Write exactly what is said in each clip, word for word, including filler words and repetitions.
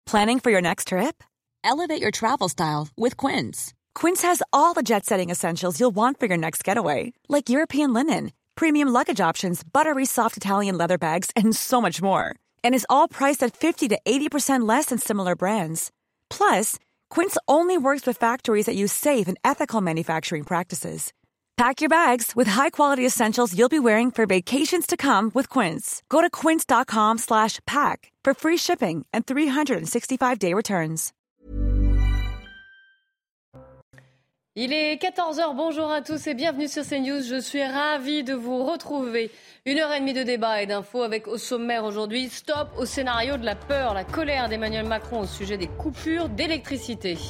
Planning for your next trip? Elevate your travel style with Quince. Quince has all the jet-setting essentials you'll want for your next getaway, like European linen, premium luggage options, buttery soft Italian leather bags, and so much more. And is all priced at fifty to eighty percent less than similar brands. Plus, Quince only works with factories that use safe and ethical manufacturing practices. Pack your bags with high-quality essentials you'll be wearing for vacations to come with Quince. Go to quince.com slash pack for free shipping and three sixty-five day returns. Il est quatorze heures, bonjour à tous et bienvenue sur CNews. Je suis ravie de vous retrouver. Une heure et demie de débat et d'infos avec au sommaire aujourd'hui, stop au scénario de la peur, la colère d'Emmanuel Macron au sujet des coupures d'électricité.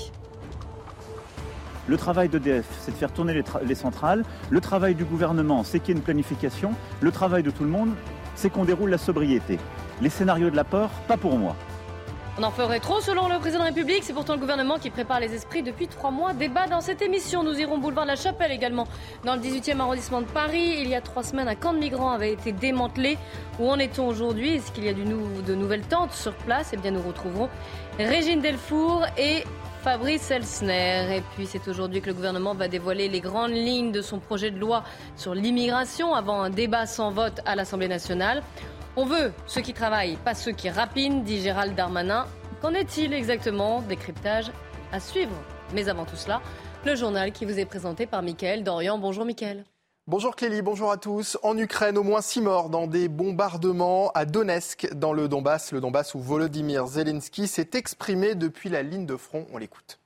Le travail d'E D F, c'est de faire tourner les, tra- les centrales. Le travail du gouvernement, c'est qu'il y ait une planification. Le travail de tout le monde, c'est qu'on déroule la sobriété. Les scénarios de la peur, pas pour moi. On en ferait trop selon le président de la République. C'est pourtant le gouvernement qui prépare les esprits depuis trois mois. Débat dans cette émission. Nous irons boulevard de la Chapelle également. Dans le dix-huitième arrondissement de Paris, il y a trois semaines, un camp de migrants avait été démantelé. Où en est-on aujourd'hui? Est-ce qu'il y a du nou- de nouvelles tentes sur place? Eh bien, nous retrouverons Régine Delfour et Fabrice Elsner. Et puis, c'est aujourd'hui que le gouvernement va dévoiler les grandes lignes de son projet de loi sur l'immigration avant un débat sans vote à l'Assemblée nationale. On veut ceux qui travaillent, pas ceux qui rapinent, dit Gérald Darmanin. Qu'en est-il exactement? Décryptage à suivre. Mais avant tout cela, le journal qui vous est présenté par Mickaël Dorian. Bonjour Mickaël. Bonjour Clélie, bonjour à tous. En Ukraine, au moins six morts dans des bombardements à Donetsk, dans le Donbass. Le Donbass où Volodymyr Zelensky s'est exprimé depuis la ligne de front. On l'écoute.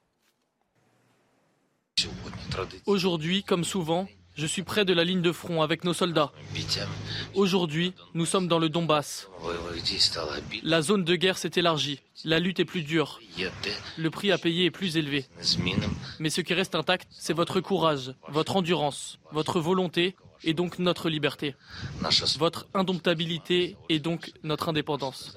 Aujourd'hui, comme souvent, je suis près de la ligne de front avec nos soldats. Aujourd'hui, nous sommes dans le Donbass. La zone de guerre s'est élargie. La lutte est plus dure. Le prix à payer est plus élevé. Mais ce qui reste intact, c'est votre courage, votre endurance, votre volonté et donc notre liberté. Votre indomptabilité et donc notre indépendance.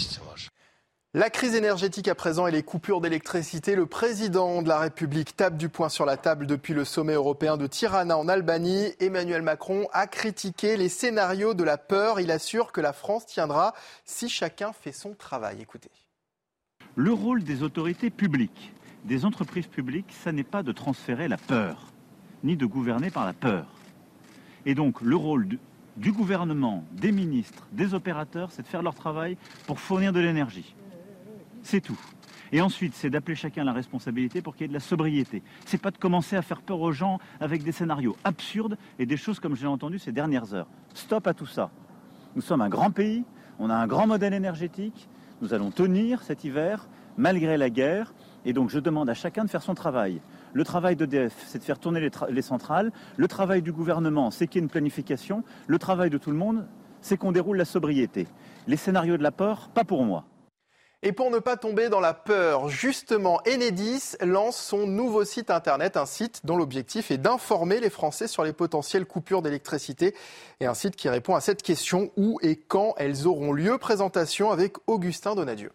La crise énergétique à présent et les coupures d'électricité. Le président de la République tape du poing sur la table depuis le sommet européen de Tirana en Albanie. Emmanuel Macron a critiqué les scénarios de la peur. Il assure que la France tiendra si chacun fait son travail. Écoutez. Le rôle des autorités publiques, des entreprises publiques, ça n'est pas de transférer la peur, ni de gouverner par la peur. Et donc le rôle du, du gouvernement, des ministres, des opérateurs, c'est de faire leur travail pour fournir de l'énergie. C'est tout. Et ensuite, c'est d'appeler chacun à la responsabilité pour qu'il y ait de la sobriété. C'est pas de commencer à faire peur aux gens avec des scénarios absurdes et des choses comme j'ai entendu ces dernières heures. Stop à tout ça. Nous sommes un grand pays, on a un grand modèle énergétique, nous allons tenir cet hiver malgré la guerre. Et donc je demande à chacun de faire son travail. Le travail d'E D F, c'est de faire tourner les, tra- les centrales. Le travail du gouvernement, c'est qu'il y ait une planification. Le travail de tout le monde, c'est qu'on déroule la sobriété. Les scénarios de la peur, pas pour moi. Et pour ne pas tomber dans la peur, justement, Enedis lance son nouveau site internet, un site dont l'objectif est d'informer les Français sur les potentielles coupures d'électricité. Et un site qui répond à cette question, où et quand elles auront lieu. Présentation avec Augustin Donadieu.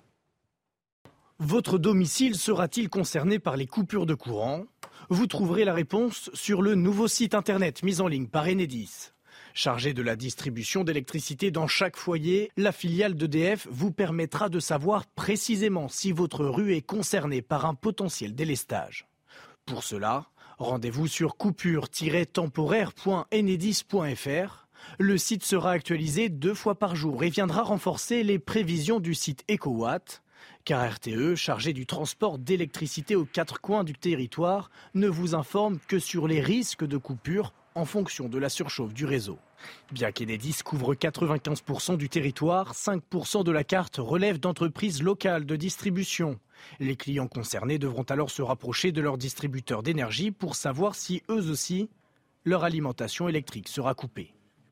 Votre domicile sera-t-il concerné par les coupures de courant? Vous trouverez la réponse sur le nouveau site internet mis en ligne par Enedis. Chargée de la distribution d'électricité dans chaque foyer, la filiale d'E D F vous permettra de savoir précisément si votre rue est concernée par un potentiel délestage. Pour cela, rendez-vous sur coupure tiret temporaire point enedis point f r. Le site sera actualisé deux fois par jour et viendra renforcer les prévisions du site EcoWatt. Car R T E, chargé du transport d'électricité aux quatre coins du territoire, ne vous informe que sur les risques de coupure en fonction de la surchauffe du réseau. Bien qu'Enedis couvre quatre-vingt-quinze pour cent du territoire, cinq pour cent de la carte relève d'entreprises locales de distribution. Les clients concernés devront alors se rapprocher de leurs distributeurs d'énergie pour savoir si eux aussi, leur alimentation électrique sera coupée.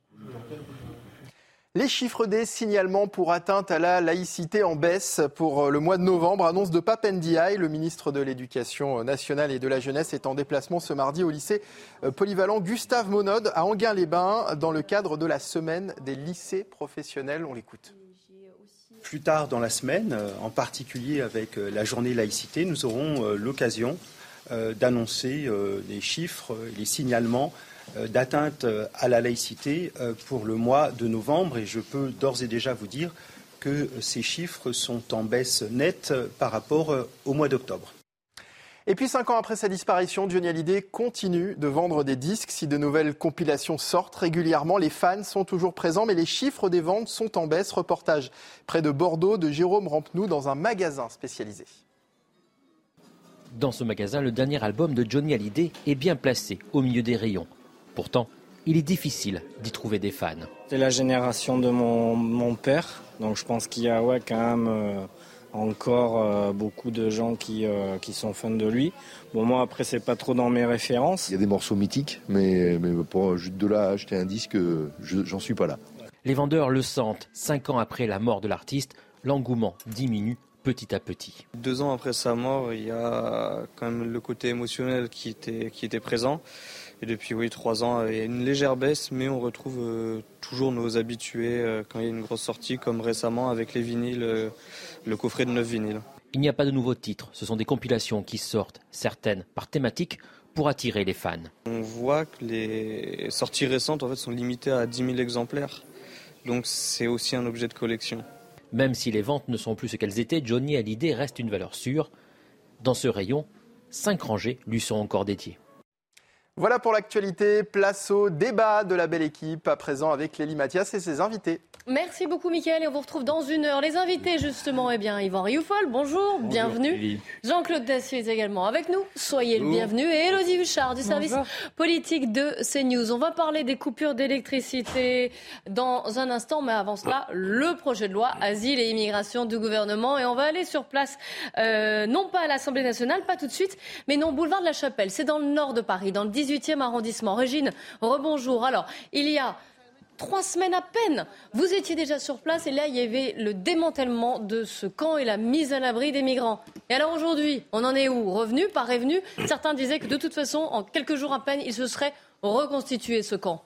Les chiffres des signalements pour atteinte à la laïcité en baisse pour le mois de novembre. Annonce de Pap Ndiaye, le ministre de l'Éducation nationale et de la Jeunesse, est en déplacement ce mardi au lycée polyvalent Gustave Monod à Enghien-les-Bains dans le cadre de la semaine des lycées professionnels. On l'écoute. Plus tard dans la semaine, en particulier avec la journée laïcité, nous aurons l'occasion d'annoncer les chiffres, les signalements d'atteinte à la laïcité pour le mois de novembre. Et je peux d'ores et déjà vous dire que ces chiffres sont en baisse nette par rapport au mois d'octobre. Et puis cinq ans après sa disparition, Johnny Hallyday continue de vendre des disques. Si de nouvelles compilations sortent régulièrement, les fans sont toujours présents, mais les chiffres des ventes sont en baisse. Reportage près de Bordeaux de Jérôme Rampenou dans un magasin spécialisé. Dans ce magasin, le dernier album de Johnny Hallyday est bien placé au milieu des rayons. Pourtant, il est difficile d'y trouver des fans. C'est la génération de mon, mon père, donc je pense qu'il y a ouais, quand même... Euh... encore euh, beaucoup de gens qui, euh, qui sont fans de lui. Bon, moi, après, c'est pas trop dans mes références. Il y a des morceaux mythiques, mais, mais pour juste de là acheter un disque, je, j'en suis pas là. Les vendeurs le sentent. Cinq ans après la mort de l'artiste, l'engouement diminue petit à petit. Deux ans après sa mort, il y a quand même le côté émotionnel qui était, qui était présent. Et depuis oui, trois ans, il y a une légère baisse, mais on retrouve euh, toujours nos habitués euh, quand il y a une grosse sortie, comme récemment avec les vinyles, euh, le coffret de neuf vinyles. Il n'y a pas de nouveaux titres, ce sont des compilations qui sortent, certaines par thématique, pour attirer les fans. On voit que les sorties récentes en fait, sont limitées à dix mille exemplaires, donc c'est aussi un objet de collection. Même si les ventes ne sont plus ce qu'elles étaient, Johnny Hallyday reste une valeur sûre. Dans ce rayon, cinq rangées lui sont encore dédiées. Voilà pour l'actualité. Place au débat de la belle équipe, à présent avec Lélie Mathias et ses invités. Merci beaucoup Mickaël et on vous retrouve dans une heure. Les invités justement, eh bien Yvan Rioufol, bonjour, bonjour bienvenue. Lélie. Jean-Claude Dacier est également avec nous, soyez bonjour. Le bienvenu. Et Élodie Huchard du bonjour. Service politique de CNews. On va parler des coupures d'électricité dans un instant, mais avant cela, le projet de loi Asile et Immigration du gouvernement. Et on va aller sur place, euh, non pas à l'Assemblée nationale, pas tout de suite, mais non, boulevard de la Chapelle. C'est dans le nord de Paris, dans le dix-huitième arrondissement. Régine, rebonjour. Alors, il y a trois semaines à peine, vous étiez déjà sur place et là, il y avait le démantèlement de ce camp et la mise à l'abri des migrants. Et alors aujourd'hui, on en est où ? Revenu, pas revenu ? Certains disaient que de toute façon, en quelques jours à peine, il se serait reconstitué ce camp.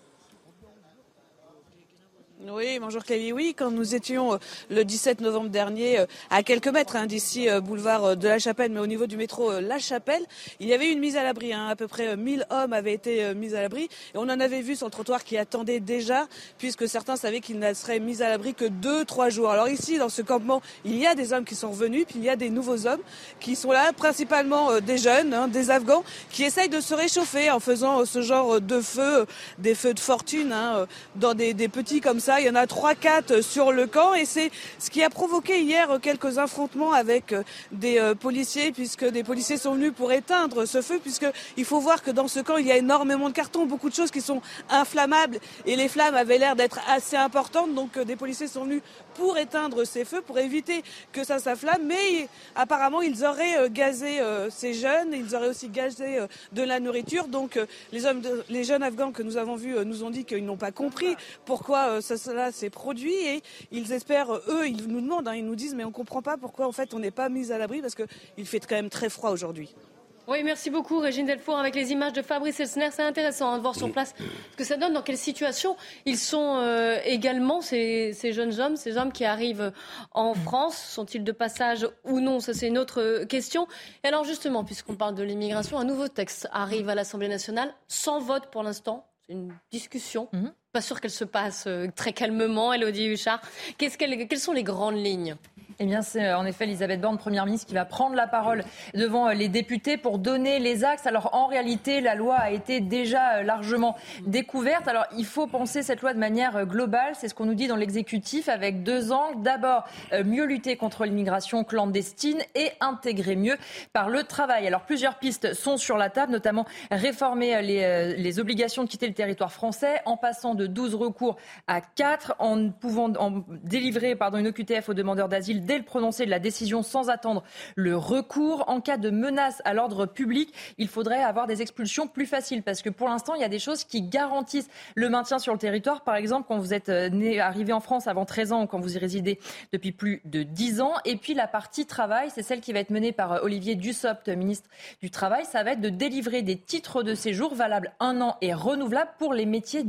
Oui, bonjour Kelly. Oui, quand nous étions le dix-sept novembre dernier à quelques mètres hein, d'ici boulevard de la Chapelle, mais au niveau du métro La Chapelle, il y avait une mise à l'abri. Hein, à peu près mille hommes avaient été mis à l'abri et on en avait vu sur le trottoir qui attendait déjà, puisque certains savaient qu'ils ne seraient mis à l'abri que deux, trois jours. Alors ici, dans ce campement, il y a des hommes qui sont revenus, puis il y a des nouveaux hommes qui sont là, principalement des jeunes, hein, des Afghans, qui essayent de se réchauffer en faisant ce genre de feux, des feux de fortune, hein, dans des, des petits comme ça. Il y en a trois quatre sur le camp et c'est ce qui a provoqué hier quelques affrontements avec des policiers, puisque des policiers sont venus pour éteindre ce feu, puisqu'il faut voir que dans ce camp, il y a énormément de cartons, beaucoup de choses qui sont inflammables et les flammes avaient l'air d'être assez importantes. Donc des policiers sont venus pour éteindre ces feux, pour éviter que ça s'enflamme. Mais apparemment, ils auraient gazé ces jeunes, ils auraient aussi gazé de la nourriture. Donc les, hommes de, les jeunes Afghans que nous avons vus nous ont dit qu'ils n'ont pas compris pourquoi ça cela s'est produit et ils espèrent, eux, ils nous demandent, hein, ils nous disent mais on ne comprend pas pourquoi en fait on n'est pas mis à l'abri parce qu'il fait quand même très froid aujourd'hui. Oui, merci beaucoup Régine Delfour avec les images de Fabrice Elsner. C'est intéressant hein, de voir sur place ce que ça donne, dans quelle situation ils sont euh, également, ces, ces jeunes hommes, ces hommes qui arrivent en France. Sont-ils de passage ou non ? Ça, c'est une autre question. Et alors justement, puisqu'on parle de l'immigration, un nouveau texte arrive à l'Assemblée nationale, sans vote pour l'instant. C'est une discussion. Mm-hmm. Pas sûr qu'elle se passe euh, très calmement, Élodie Huchard. Qu'est-ce qu'elle, quelles sont les grandes lignes ? Eh bien, c'est en effet Elisabeth Borne, Première ministre, qui va prendre la parole devant les députés pour donner les axes. Alors, en réalité, la loi a été déjà largement découverte. Alors, il faut penser cette loi de manière globale. C'est ce qu'on nous dit dans l'exécutif avec deux angles. D'abord, mieux lutter contre l'immigration clandestine et intégrer mieux par le travail. Alors, plusieurs pistes sont sur la table, notamment réformer les, les obligations de quitter le territoire français en passant de douze recours à quatre, en pouvant en délivrer pardon, une O Q T F aux demandeurs d'asile dès le prononcé de la décision sans attendre le recours. En cas de menace à l'ordre public, il faudrait avoir des expulsions plus faciles parce que pour l'instant, il y a des choses qui garantissent le maintien sur le territoire. Par exemple, quand vous êtes né, arrivé en France avant treize ans ou quand vous y résidez depuis plus de dix ans. Et puis la partie travail, c'est celle qui va être menée par Olivier Dussopt, ministre du Travail. Ça va être de délivrer des titres de séjour valables un an et renouvelables pour les métiers dits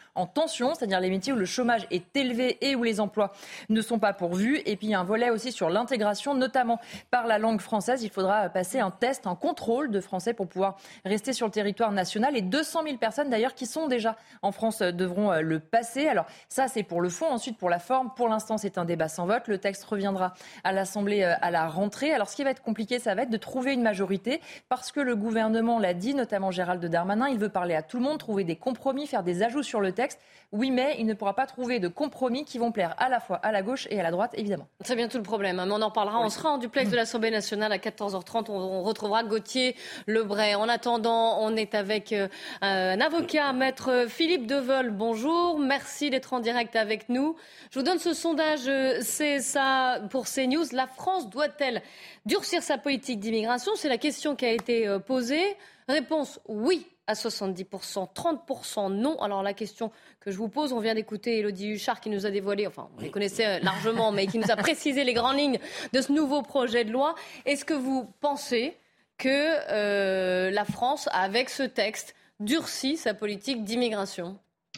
en tension, c'est-à-dire les métiers où le chômage est élevé et où les emplois ne sont pas pourvus. Et puis il y a un volet aussi sur l'intégration, notamment par la langue française. Il faudra passer un test, un contrôle de français pour pouvoir rester sur le territoire national. Et deux cent mille personnes d'ailleurs qui sont déjà en France devront le passer. Alors ça c'est pour le fond. Ensuite pour la forme, pour l'instant c'est un débat sans vote. Le texte reviendra à l'Assemblée à la rentrée. Alors ce qui va être compliqué, ça va être de trouver une majorité parce que le gouvernement l'a dit, notamment Gérald Darmanin, il veut parler à tout le monde, trouver des compromis, faire des ajouts sur le texte. Oui, mais il ne pourra pas trouver de compromis qui vont plaire à la fois à la gauche et à la droite, évidemment. C'est bien tout le problème. Mais on en parlera. Oui. On sera en duplex de l'Assemblée nationale à quatorze heures trente. On retrouvera Gauthier Lebray. En attendant, on est avec euh, un avocat, maître Philippe Deveul. Bonjour. Merci d'être en direct avec nous. Je vous donne ce sondage. C'est ça pour CNews. La France doit-elle durcir sa politique d'immigration ? C'est la question qui a été posée. Réponse oui à soixante-dix pour cent, trente pour cent non. Alors la question que je vous pose, on vient d'écouter Élodie Huchard qui nous a dévoilé, enfin on les connaissait largement, mais qui nous a précisé les grandes lignes de ce nouveau projet de loi. Est-ce que vous pensez que euh, la France, avec ce texte, durcit sa politique d'immigration ?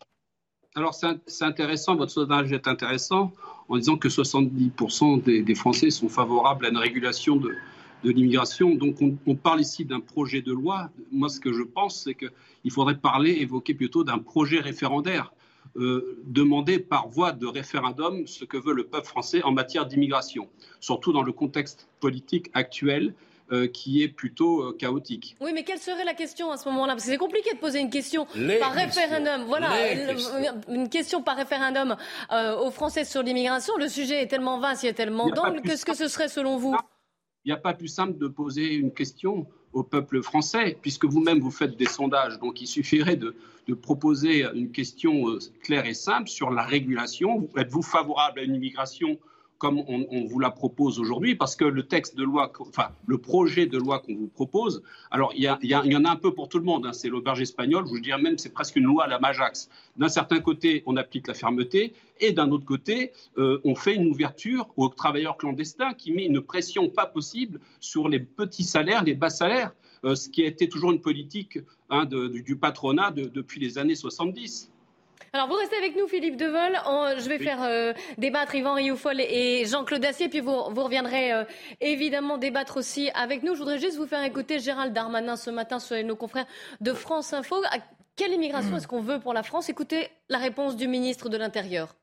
Alors c'est, c'est intéressant, votre sondage est intéressant, en disant que soixante-dix pour cent des, des Français sont favorables à une régulation de... de l'immigration. Donc on, on parle ici d'un projet de loi. Moi, ce que je pense, c'est qu'il faudrait parler, évoquer plutôt d'un projet référendaire, euh, demander par voie de référendum ce que veut le peuple français en matière d'immigration, surtout dans le contexte politique actuel euh, qui est plutôt euh, chaotique. Oui, mais quelle serait la question à ce moment-là ? Parce que c'est compliqué de poser une question Les par questions. référendum. Voilà, Les une, une question par référendum euh, aux Français sur l'immigration. Le sujet est tellement vaste, il y a tellement d'angles. Qu'est-ce que ce serait selon vous ? Il n'y a pas plus simple de poser une question au peuple français, puisque vous-même vous faites des sondages. Donc il suffirait de, de proposer une question claire et simple sur la régulation. Êtes-vous favorable à une immigration comme on, on vous la propose aujourd'hui? Parce que le texte de loi, enfin le projet de loi qu'on vous propose, alors il y, a, il, y a, il y en a un peu pour tout le monde, hein, c'est l'auberge espagnole, je vous dirais même c'est presque une loi à la Majax. D'un certain côté, on applique la fermeté, et d'un autre côté, euh, on fait une ouverture aux travailleurs clandestins qui met une pression pas possible sur les petits salaires, les bas salaires, euh, ce qui a été toujours une politique hein, de, du, du patronat de, depuis les années soixante-dix. Alors, vous restez avec nous, Philippe Deveul. On, je vais oui. faire euh, débattre Yvan Rioufol et Jean-Claude Dacier, puis vous, vous reviendrez euh, évidemment débattre aussi avec nous. Je voudrais juste vous faire écouter Gérald Darmanin ce matin sur nos confrères de France Info. À quelle immigration est-ce qu'on veut pour la France ? Écoutez la réponse du ministre de l'Intérieur.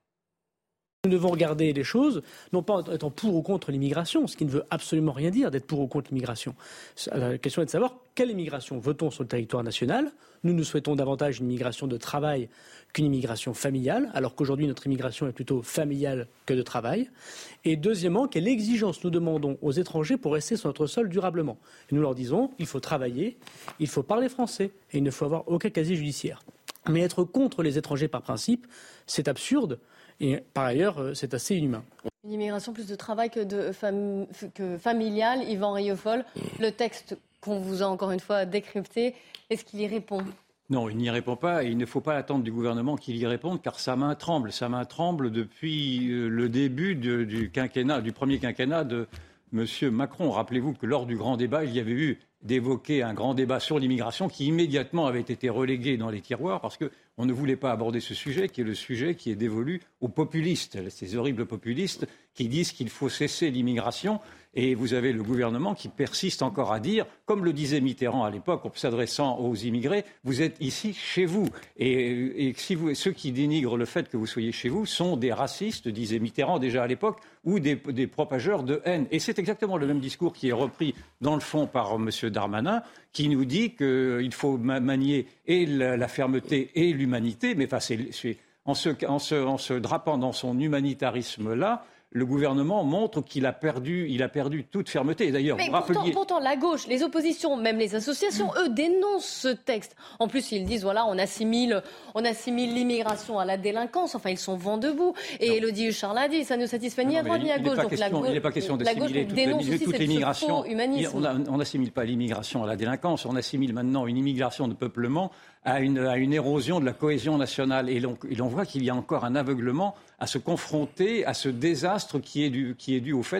Nous devons regarder les choses, non pas en étant pour ou contre l'immigration, ce qui ne veut absolument rien dire d'être pour ou contre l'immigration. La question est de savoir quelle immigration veut-on sur le territoire national. Nous, nous souhaitons davantage une immigration de travail qu'une immigration familiale, alors qu'aujourd'hui notre immigration est plutôt familiale que de travail. Et deuxièmement, quelle exigence nous demandons aux étrangers pour rester sur notre sol durablement. Et nous leur disons, il faut travailler, il faut parler français et il ne faut avoir aucun casier judiciaire. Mais être contre les étrangers par principe, c'est absurde. Et par ailleurs, c'est assez inhumain. Une immigration plus de travail que, de fam... que familiale. Yvan Rioufol, le texte qu'on vous a encore une fois décrypté, est-ce qu'il y répond ? Non, il n'y répond pas et il ne faut pas attendre du gouvernement qu'il y réponde car sa main tremble. Sa main tremble depuis le début de, du quinquennat, du premier quinquennat de M. Macron. Rappelez-vous que lors du grand débat, il y avait eu d'évoquer un grand débat sur l'immigration qui immédiatement avait été relégué dans les tiroirs parce qu'on ne voulait pas aborder ce sujet qui est le sujet qui est dévolu aux populistes, ces horribles populistes qui disent qu'il faut cesser l'immigration. Et vous avez le gouvernement qui persiste encore à dire, comme le disait Mitterrand à l'époque en s'adressant aux immigrés, vous êtes ici chez vous. Et, et si vous, ceux qui dénigrent le fait que vous soyez chez vous sont des racistes, disait Mitterrand déjà à l'époque, ou des, des propageurs de haine. Et c'est exactement le même discours qui est repris dans le fond par M. Darmanin, qui nous dit qu'il faut manier et la, la fermeté et l'humanité. Mais enfin, c'est, c'est, en, se, en, se, en se drapant dans son humanitarisme-là, le gouvernement montre qu'il a perdu, il a perdu toute fermeté. Et d'ailleurs, mais vous pourtant, rappeliez... pourtant, la gauche, les oppositions, même les associations, eux, dénoncent ce texte. En plus, ils disent, voilà, on assimile, on assimile l'immigration à la délinquance. Enfin, ils sont vent debout. Et Élodie Huchard l'a dit, ça ne satisfait ni à droite ni à gauche. Donc, la gauche, il n'est pas question d'assimiler toute, toute l'immigration. On n'assimile pas l'immigration à la délinquance. On assimile maintenant une immigration de peuplement à une, à une érosion de la cohésion nationale. Et l'on, et l'on voit qu'il y a encore un aveuglement à se confronter à ce désastre qui est dû, qui est dû au fait que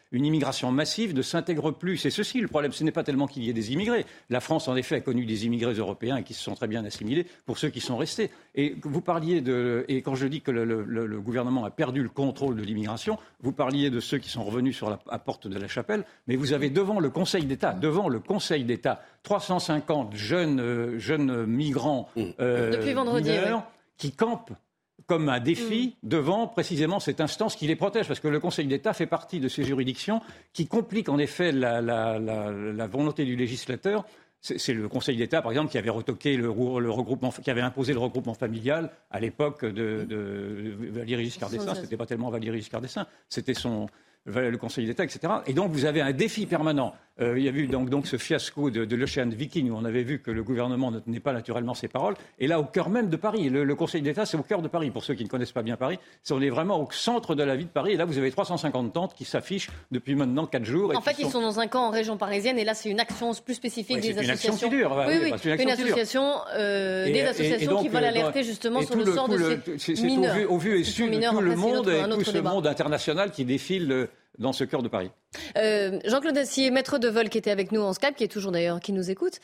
une immigration massive ne s'intègre plus. C'est ceci le problème. Ce n'est pas tellement qu'il y ait des immigrés. La France, en effet, a connu des immigrés européens qui se sont très bien assimilés pour ceux qui sont restés. Et vous parliez de, et quand je dis que le, le, le gouvernement a perdu le contrôle de l'immigration, vous parliez de ceux qui sont revenus sur la à porte de la Chapelle, mais vous avez devant le Conseil d'État, devant le Conseil d'État, trois cent cinquante jeunes, euh, jeunes migrants euh, Depuis vendredi, mineurs oui. qui campent comme un défi mmh. devant précisément cette instance qui les protège. Parce que le Conseil d'État fait partie de ces juridictions qui compliquent en effet la, la, la, la volonté du législateur. C'est, c'est le Conseil d'État, par exemple, qui avait retoqué le, le regroupement, qui avait imposé le regroupement familial à l'époque de, de Valéry Giscard d'Estaing. C'était pas tellement Valéry Giscard d'Estaing, c'était son... le Conseil d'État, et cetera. Et donc, vous avez un défi permanent. Euh, il y a eu donc, donc ce fiasco de, de l'Ocean Viking, où on avait vu que le gouvernement ne tenait pas naturellement ses paroles. Et là, au cœur même de Paris, le, le Conseil d'État, c'est au cœur de Paris. Pour ceux qui ne connaissent pas bien Paris, c'est, on est vraiment au centre de la vie de Paris. Et là, vous avez trois cent cinquante tentes qui s'affichent depuis maintenant quatre jours. Et en fait, sont... ils sont dans un camp en région parisienne. Et là, c'est une action plus spécifique oui, des c'est associations. Une action qui dure. Oui, oui, une, une association, euh, et, des associations et, et donc, qui veulent alerter justement sur le, le sort de le, ces c'est, mineurs. C'est au vu, au vu et su de tout le monde et tout ce débat. monde international qui défile dans ce cœur de Paris. Euh, Jean-Claude Dacier, maître de vol qui était avec nous en Skype, qui est toujours d'ailleurs qui nous écoute,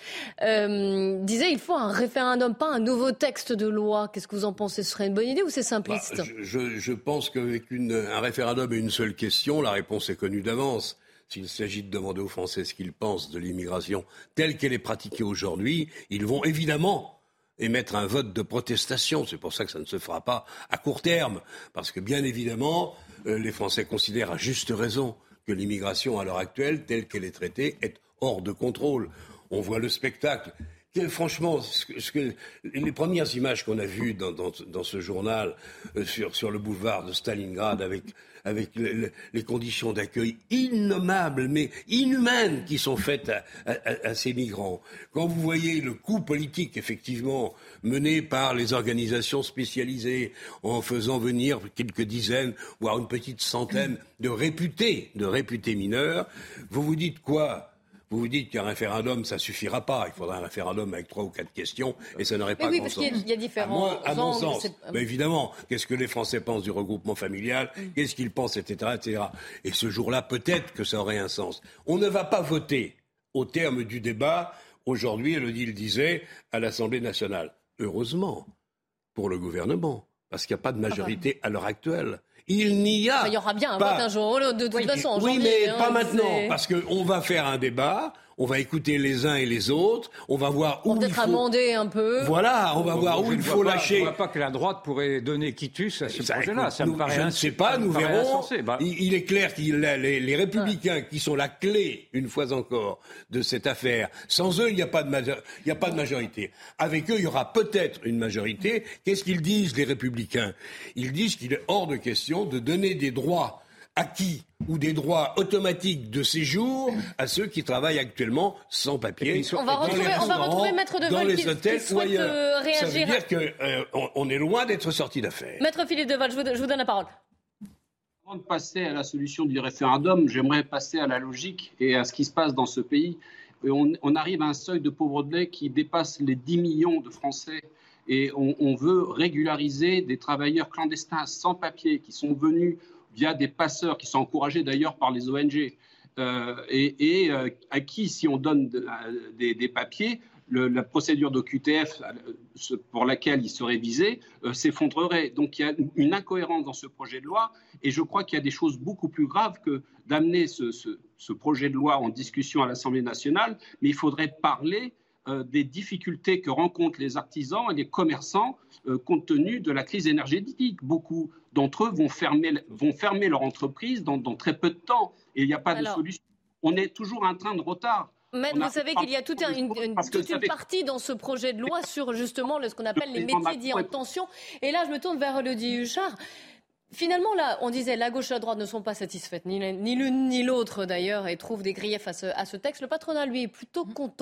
euh, disait il faut un référendum, pas un nouveau texte de loi. Qu'est-ce que vous en pensez? Ce serait une bonne idée ou c'est simpliste? bah, je, je, je pense qu'avec une, un référendum et une seule question, la réponse est connue d'avance. S'il s'agit de demander aux Français ce qu'ils pensent de l'immigration telle qu'elle est pratiquée aujourd'hui, ils vont évidemment émettre un vote de protestation. C'est pour ça que ça ne se fera pas à court terme. Parce que bien évidemment, euh, les Français considèrent à juste raison que l'immigration à l'heure actuelle, telle qu'elle est traitée, est hors de contrôle. On voit le spectacle. Et franchement, ce que, ce que, les premières images qu'on a vues dans, dans, dans ce journal euh, sur, sur le boulevard de Stalingrad avec, avec le, le, les conditions d'accueil innommables, mais inhumaines qui sont faites à, à, à ces migrants. Quand vous voyez le coup politique, effectivement, mené par les organisations spécialisées en faisant venir quelques dizaines, voire une petite centaine de réputés, de réputés mineurs, vous vous dites quoi ? Vous vous dites qu'un référendum, ça suffira pas. Il faudra un référendum avec trois ou quatre questions et ça n'aurait pas oui, grand sens. Oui, parce qu'il y a différents À, moi, à mon angles, sens, c'est... ben évidemment, qu'est-ce que les Français pensent du regroupement familial, mm. qu'est-ce qu'ils pensent, et cetera, et cetera. Et ce jour-là, peut-être que ça aurait un sens. On ne va pas voter au terme du débat, aujourd'hui, Élodie le disait, à l'Assemblée nationale. Heureusement, pour le gouvernement, parce qu'il n'y a pas de majorité à l'heure actuelle. Il n'y a enfin, il y aura bien un pas... vote un jour ou l'autre, de toute oui, façon. En oui, janvier, mais hein, pas maintenant, c'est... parce qu'on va faire un débat, on va écouter les uns et les autres, on va voir où on va il peut-être faut... amender un peu. Voilà, on va bon, voir bon, où il faut pas, lâcher. Je ne vois pas que la droite pourrait donner quitus à ce ça, projet-là. Écoute, ça nous, me paraît je ne sais pas, nous verrons. Bah... Il, il est clair que les, les Républicains, qui sont la clé, une fois encore, de cette affaire, sans eux, il n'y a pas de, major... il n'y a pas de majorité. Avec eux, il y aura peut-être une majorité. Qu'est-ce qu'ils disent, les Républicains ? Ils disent qu'il est hors de question de donner des droits acquis ou des droits automatiques de séjour à ceux qui travaillent actuellement sans papier. On va retrouver, on va retrouver Maître de Vol qui, qui souhaite euh, réagir. Ça veut dire qu'on euh, est loin d'être sorti d'affaire. Maître Philippe de Vol, je vous, je vous donne la parole. Avant de passer à la solution du référendum, j'aimerais passer à la logique et à ce qui se passe dans ce pays. On, on arrive à un seuil de pauvreté qui dépasse les dix millions de Français. Et on, on veut régulariser des travailleurs clandestins sans papier qui sont venus via des passeurs qui sont encouragés d'ailleurs par les O N G euh, et, et euh, à qui, si on donne de, euh, des, des papiers, le, la procédure d'O Q T F euh, pour laquelle ils seraient visés euh, s'effondrerait. Donc il y a une incohérence dans ce projet de loi et je crois qu'il y a des choses beaucoup plus graves que d'amener ce, ce, ce projet de loi en discussion à l'Assemblée nationale, mais il faudrait parler Euh, des difficultés que rencontrent les artisans et les commerçants euh, compte tenu de la crise énergétique. Beaucoup d'entre eux vont fermer, vont fermer leur entreprise dans, dans très peu de temps et il n'y a pas Alors, de solution. On est toujours un train de retard. Mais vous savez qu'il y a toute, un, une, une, toute une fait... partie dans ce projet de loi sur justement le, ce qu'on appelle les métiers dits en tension. Et là, je me tourne vers Élodie Huchard. Finalement, là, on disait la gauche et la droite ne sont pas satisfaites, ni l'une ni l'autre d'ailleurs, et trouvent des griefs à ce, à ce texte. Le patronat, lui, est plutôt content.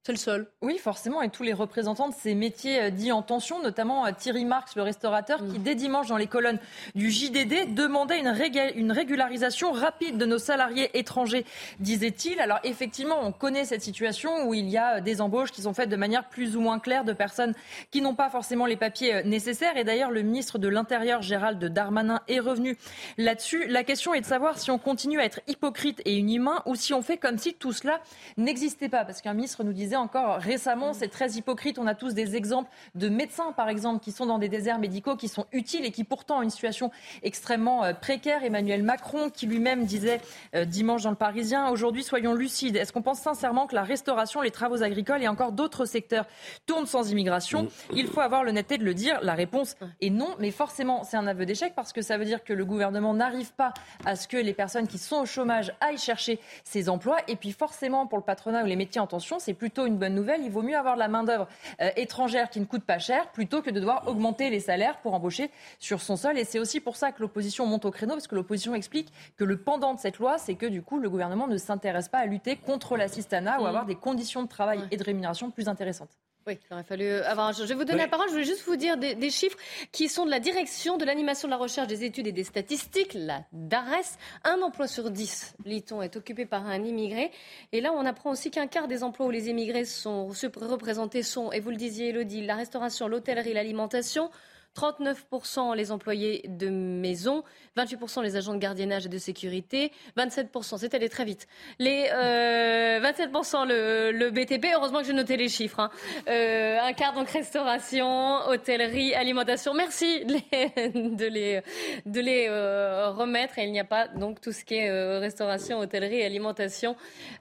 C'est le seul. Oui, forcément, et tous les représentants de ces métiers dits en tension, notamment Thierry Marx, le restaurateur, mmh. qui dès dimanche dans les colonnes du J D D demandait une, rég- une régularisation rapide de nos salariés étrangers, disait-il. Alors effectivement, on connaît cette situation où il y a des embauches qui sont faites de manière plus ou moins claire de personnes qui n'ont pas forcément les papiers nécessaires. Et d'ailleurs, le ministre de l'Intérieur, Gérald Darmanin, est revenu là-dessus. La question est de savoir si on continue à être hypocrite et inhumain ou si on fait comme si tout cela n'existait pas. Parce qu'un ministre nous disait encore récemment, c'est très hypocrite. On a tous des exemples de médecins, par exemple, qui sont dans des déserts médicaux, qui sont utiles et qui pourtant ont une situation extrêmement euh, précaire. Emmanuel Macron, qui lui-même disait euh, dimanche dans le Parisien, aujourd'hui, soyons lucides. Est-ce qu'on pense sincèrement que la restauration, les travaux agricoles et encore d'autres secteurs tournent sans immigration ? Il faut avoir l'honnêteté de le dire. La réponse est non, mais forcément, c'est un aveu d'échec parce que ça veut dire que le gouvernement n'arrive pas à ce que les personnes qui sont au chômage aillent chercher ces emplois. Et puis forcément, pour le patronat ou les métiers en tension, c'est plutôt une bonne nouvelle. Il vaut mieux avoir de la main-d'œuvre euh, étrangère qui ne coûte pas cher plutôt que de devoir augmenter les salaires pour embaucher sur son sol. Et c'est aussi pour ça que l'opposition monte au créneau, parce que l'opposition explique que le pendant de cette loi, c'est que du coup, le gouvernement ne s'intéresse pas à lutter contre l'assistanat mmh. ou à avoir des conditions de travail ouais. et de rémunération plus intéressantes. Oui, il aurait fallu avoir. Je vais vous donner oui. la parole. Je voulais juste vous dire des, des chiffres qui sont de la direction de l'animation de la recherche, des études et des statistiques, la DARES. Un emploi sur dix, lit-on, est occupé par un immigré. Et là, on apprend aussi qu'un quart des emplois où les immigrés sont représentés sont, et vous le disiez, Élodie, la restauration, l'hôtellerie, l'alimentation. trente-neuf pour cent les employés de maison, vingt-huit pour cent les agents de gardiennage et de sécurité, vingt-sept pour cent, c'est allé très vite, les, euh, vingt-sept pour cent le, le B T P, heureusement que j'ai noté les chiffres, hein. euh, un quart donc restauration, hôtellerie, alimentation, merci de les, de les, de les euh, remettre, et il n'y a pas donc tout ce qui est euh, restauration, hôtellerie, alimentation.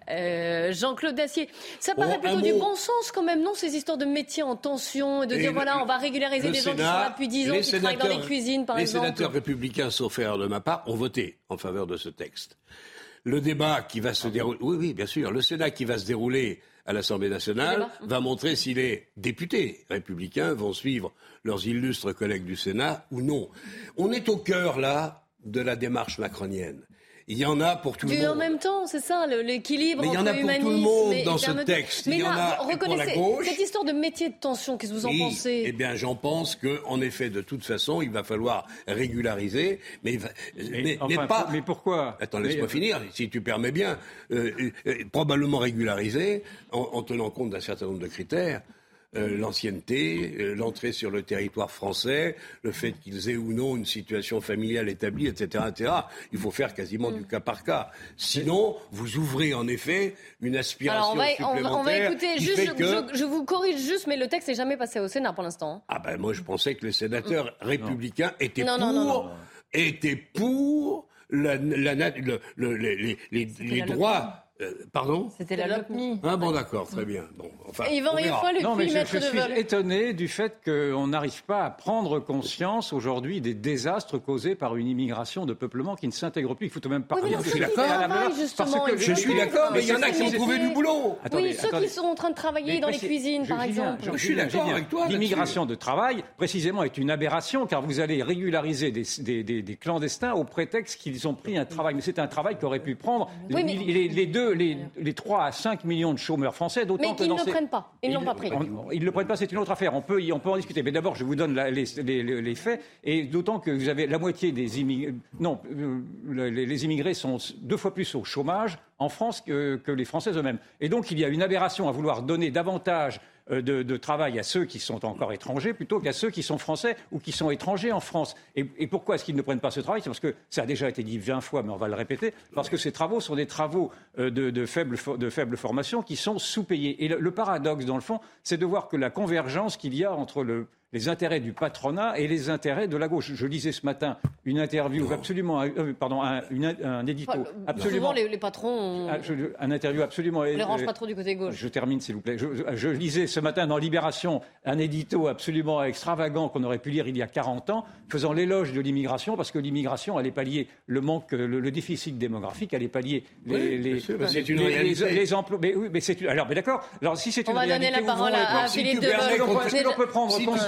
Euh, Jean-Claude Dacier, ça paraît oh, plutôt du bon sens quand même, non, ces histoires de métiers en tension, et de et dire le, voilà, on va régulariser les gens qui sont là depuis dix ans, qui travaillent dans les cuisines, par les exemple. Les sénateurs républicains, sauf erreur de ma part, ont voté en faveur de ce texte. Le débat qui va se dérouler, oui, oui, bien sûr, le Sénat qui va se dérouler à l'Assemblée nationale va montrer si les députés républicains vont suivre leurs illustres collègues du Sénat ou non. On est au cœur, là, de la démarche macronienne. Il y en a pour tout le monde. Mais en même temps, c'est ça, le, l'équilibre entre humanisme. Mais il y en a pour tout le monde dans ce texte. Mais il y là, en a pour la gauche. Cette histoire de métier de tension, qu'est-ce que vous en oui, pensez ? Eh bien, j'en pense qu'en effet, de toute façon, il va falloir régulariser. Mais, il va, mais, mais, enfin, mais pas. Mais pourquoi ? Attends, laisse-moi mais, finir, si tu permets bien. Euh, euh, probablement régulariser en, en tenant compte d'un certain nombre de critères. Euh, l'ancienneté, euh, l'entrée sur le territoire français, le fait qu'ils aient ou non une situation familiale établie, et cetera, et cetera. Il faut faire quasiment mmh. du cas par cas. Sinon, vous ouvrez en effet une aspiration Alors on va, supplémentaire. On va, on va écouter, juste, je, que... je, je vous corrige juste, mais le texte n'est jamais passé au Sénat pour l'instant. Ah ben moi je pensais que les sénateurs mmh. républicains étaient non, pour, non, non, non. étaient pour la, la, la, le, le, les, les, les droits. Euh, pardon ? C'était la LOPMI. Ah bon, d'accord, très bien. Bon, enfin, et Yvan Rioufol, le non, mais je, je suis vol. étonné du fait qu'on n'arrive pas à prendre conscience aujourd'hui des désastres causés par une immigration de peuplement qui ne s'intègre plus. Il faut tout de même parler. Oui, je suis d'accord. Parce que je suis d'accord, mais il y en a qui ont trouvé du boulot. Attendez, oui, ceux attendez. qui sont en train de travailler mais dans les cuisines, je, par je exemple. Viens, je, je suis d'accord avec toi. L'immigration de travail, précisément, est une aberration, car vous allez régulariser des, des, des, des clandestins au prétexte qu'ils ont pris un travail. Mais c'est un travail qu'aurait pu prendre oui, mais... les, les deux, les, les trois à cinq millions de chômeurs français, d'autant mais que qu'ils dans ne ces... le prennent pas. Ils ne l'ont pas pris. On, ils ne le prennent pas, c'est une autre affaire. On peut, on peut en discuter. Mais d'abord, je vous donne la, les, les, les faits. Et d'autant que vous avez la moitié des immigrés... Non, euh, les, les immigrés sont deux fois plus au chômage en France que, que les Français eux-mêmes. Et donc, il y a une aberration à vouloir donner davantage De, de travail à ceux qui sont encore étrangers plutôt qu'à ceux qui sont français ou qui sont étrangers en France. Et, et pourquoi est-ce qu'ils ne prennent pas ce travail ? C'est parce que ça a déjà été dit vingt fois, mais on va le répéter, parce que ces travaux sont des travaux euh, de, de, faible, de faible formation qui sont sous-payés. Et le, le paradoxe, dans le fond, c'est de voir que la convergence qu'il y a entre le, les intérêts du patronat et les intérêts de la gauche. Je lisais ce matin une interview absolument... Euh, pardon, un, une, un édito enfin, absolument... Souvent, les, les patrons... Un, un interview absolument... On les range pas trop du côté gauche. Je termine, s'il vous plaît. Je, je, je lisais ce matin dans Libération un édito absolument extravagant qu'on aurait pu lire il y a quarante ans, faisant l'éloge de l'immigration, parce que l'immigration allait pallier le manque, le, le déficit démographique, allait pallier les, oui, les, sûr, les, c'est une les, réalité. les, les emplois. Mais oui, mais c'est alors, mais d'accord. Alors si c'est on une va réalité, donner la parole à, à Philippe Deveul. Est-ce que l'on peut prendre si conscience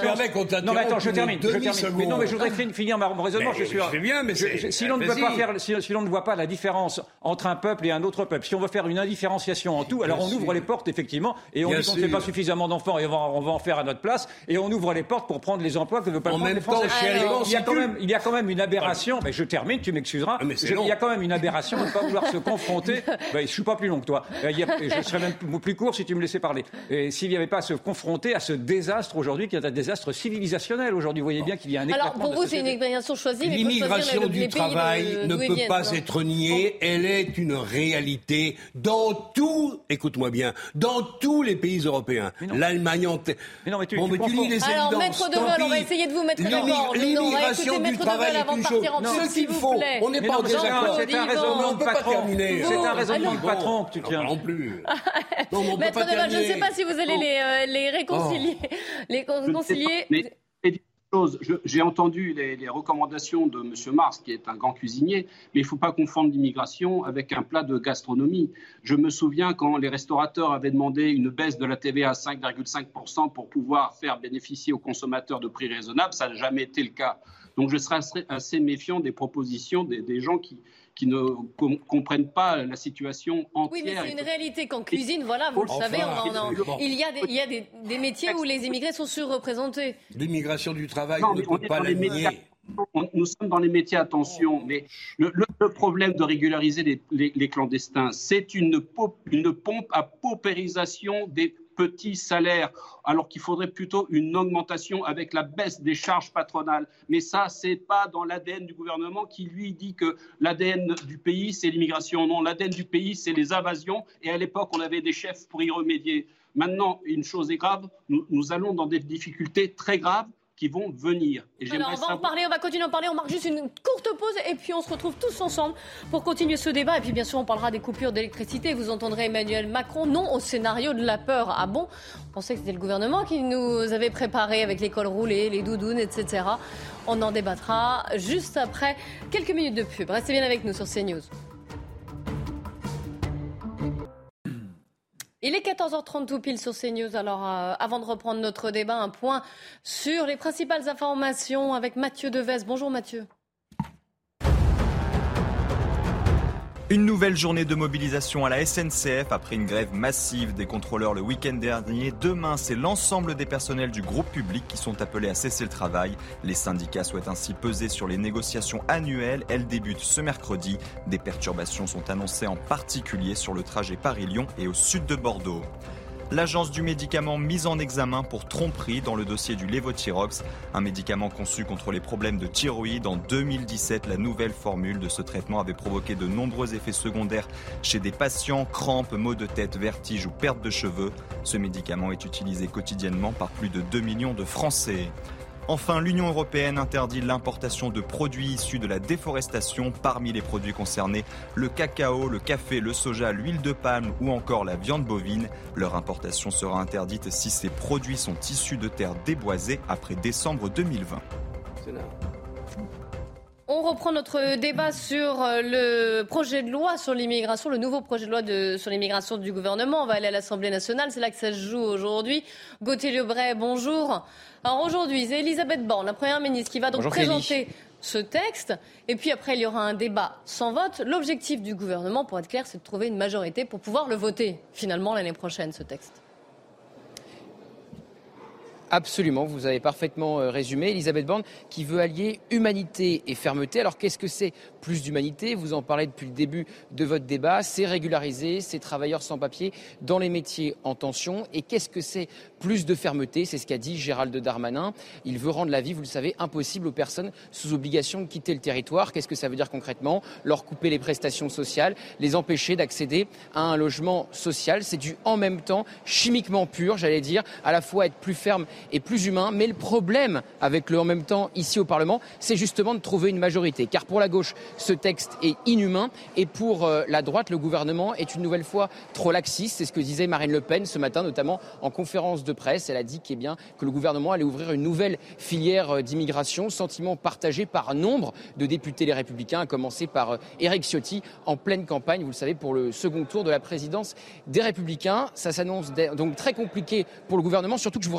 permets qu'on t'interrompe. Non, mais attends, je termine. Je termine. Mais non, mais je voudrais finir mon raisonnement. Je suis. Je fais bien, mais c'est. Si l'on ne peut pas faire, si, si l'on ne voit pas la différence entre un peuple et un autre peuple, si on veut faire une indifférenciation en tout, alors on ouvre les portes effectivement, et on dit qu'on ne fait pas suffisamment d'enfants et on va, on va en faire à notre place, et on ouvre les portes pour prendre les emplois que ne veulent pas prendre les Français. Alors, il y a quand même, il y a quand même une aberration. Mais je termine, tu m'excuseras. Ah, je, il y a quand même une aberration de ne pas vouloir se confronter. Ben, je suis pas plus long que toi. Il y a, je serais même plus court si tu me laissais parler. Et s'il n'y avait pas à se confronter à ce désastre aujourd'hui, qui est un désastre civilisationnel aujourd'hui, vous voyez bien qu'il y a un éclatement. Alors pour vous, c'est une expérience choisie. Mais l'immigration du travail ne peut viennent, pas non. être niée. Elle est une réalité dans tout. Écoute-moi bien, dans tous les pays européens. L'Allemagne en tête. Mais non, mais tu, bon, tu mais tu lis les Alors, évidences. maître Deval, on va essayer de vous mettre d'accord. L'immigration du travail est une chose. Ce qu'il faut, on n'est pas en désaccord. C'est un raisonnement de patron. C'est un raisonnement de patron que tu tiens. Non plus. Maître Deval, je ne sais pas si vous allez les, les réconcilier. Les réconcilier. Je, j'ai entendu les, les recommandations de M. Mars, qui est un grand cuisinier, mais il ne faut pas confondre l'immigration avec un plat de gastronomie. Je me souviens quand les restaurateurs avaient demandé une baisse de la T V A à cinq virgule cinq pour cent pour pouvoir faire bénéficier aux consommateurs de prix raisonnables, ça n'a jamais été le cas. Donc je serais assez, assez méfiant des propositions des, des gens qui, qui ne com- comprennent pas la situation entière. Oui, mais c'est une réalité qu'en cuisine, voilà, vous le enfin, savez, on en, on, il y a, des, il y a des, des métiers où les immigrés sont surreprésentés. L'immigration du travail, non, on ne peut pas la nier. Nous sommes dans les métiers, attention, mais le, le, le problème de régulariser les, les, les clandestins, c'est une, pop, une pompe à paupérisation des petits salaires, alors qu'il faudrait plutôt une augmentation avec la baisse des charges patronales. Mais ça, c'est pas dans l'A D N du gouvernement qui, lui, dit que l'A D N du pays, c'est l'immigration. Non, l'A D N du pays, c'est les invasions. Et à l'époque, on avait des chefs pour y remédier. Maintenant, une chose est grave, nous, nous allons dans des difficultés très graves qui vont venir. Et Alors, on va savoir... en parler, on va continuer à en parler. On marque juste une courte pause et puis on se retrouve tous ensemble pour continuer ce débat. Et puis, bien sûr, on parlera des coupures d'électricité. Vous entendrez Emmanuel Macron, non au scénario de la peur. Ah bon ? On pensait que c'était le gouvernement qui nous avait préparé avec l'école roulée, les doudounes, et cetera. On en débattra juste après quelques minutes de pub. Restez bien avec nous sur CNews. Il est quatorze heures trente tout pile sur CNews. Alors, euh, avant de reprendre notre débat, un point sur les principales informations avec Mathieu Devez. Bonjour Mathieu. Une nouvelle journée de mobilisation à la S N C F après une grève massive des contrôleurs le week-end dernier. Demain, c'est l'ensemble des personnels du groupe public qui sont appelés à cesser le travail. Les syndicats souhaitent ainsi peser sur les négociations annuelles. Elles débutent ce mercredi. Des perturbations sont annoncées en particulier sur le trajet Paris-Lyon et au sud de Bordeaux. L'agence du médicament mise en examen pour tromperie dans le dossier du Levothyrox, un médicament conçu contre les problèmes de thyroïde. En deux mille dix-sept, la nouvelle formule de ce traitement avait provoqué de nombreux effets secondaires chez des patients, crampes, maux de tête, vertiges ou perte de cheveux. Ce médicament est utilisé quotidiennement par plus de deux millions de Français. Enfin, l'Union européenne interdit l'importation de produits issus de la déforestation. Parmi les produits concernés, le cacao, le café, le soja, l'huile de palme ou encore la viande bovine. Leur importation sera interdite si ces produits sont issus de terres déboisées après décembre deux mille vingt. On reprend notre débat sur le projet de loi sur l'immigration, le nouveau projet de loi de, sur l'immigration du gouvernement. On va aller à l'Assemblée nationale, c'est là que ça se joue aujourd'hui. Gauthier Lebret, bonjour. Alors aujourd'hui, c'est Elisabeth Borne, la Première ministre, qui va donc bonjour, présenter Kelly. Ce texte. Et puis après, il y aura un débat sans vote. L'objectif du gouvernement, pour être clair, c'est de trouver une majorité pour pouvoir le voter, finalement, l'année prochaine, ce texte. Absolument, vous avez parfaitement résumé. Elisabeth Borne qui veut allier humanité et fermeté. Alors qu'est-ce que c'est plus d'humanité ? Vous en parlez depuis le début de votre débat. C'est régulariser ces travailleurs sans papier dans les métiers en tension. Et qu'est-ce que c'est plus de fermeté ? C'est ce qu'a dit Gérald Darmanin. Il veut rendre la vie, vous le savez, impossible aux personnes sous obligation de quitter le territoire. Qu'est-ce que ça veut dire concrètement ? Leur couper les prestations sociales, les empêcher d'accéder à un logement social. C'est du en même temps chimiquement pur, j'allais dire, à la fois être plus ferme et plus humain. Mais le problème avec le en même temps ici au Parlement, c'est justement de trouver une majorité. Car pour la gauche, ce texte est inhumain et pour euh, la droite, le gouvernement est une nouvelle fois trop laxiste. C'est ce que disait Marine Le Pen ce matin, notamment en conférence de presse. Elle a dit qu'eh bien, que le gouvernement allait ouvrir une nouvelle filière d'immigration, sentiment partagé par nombre de députés Les Républicains, à commencer par euh, Éric Ciotti en pleine campagne, vous le savez, pour le second tour de la présidence des Républicains. Ça s'annonce donc très compliqué pour le gouvernement, surtout que je vous rappelle qu'ils n'ont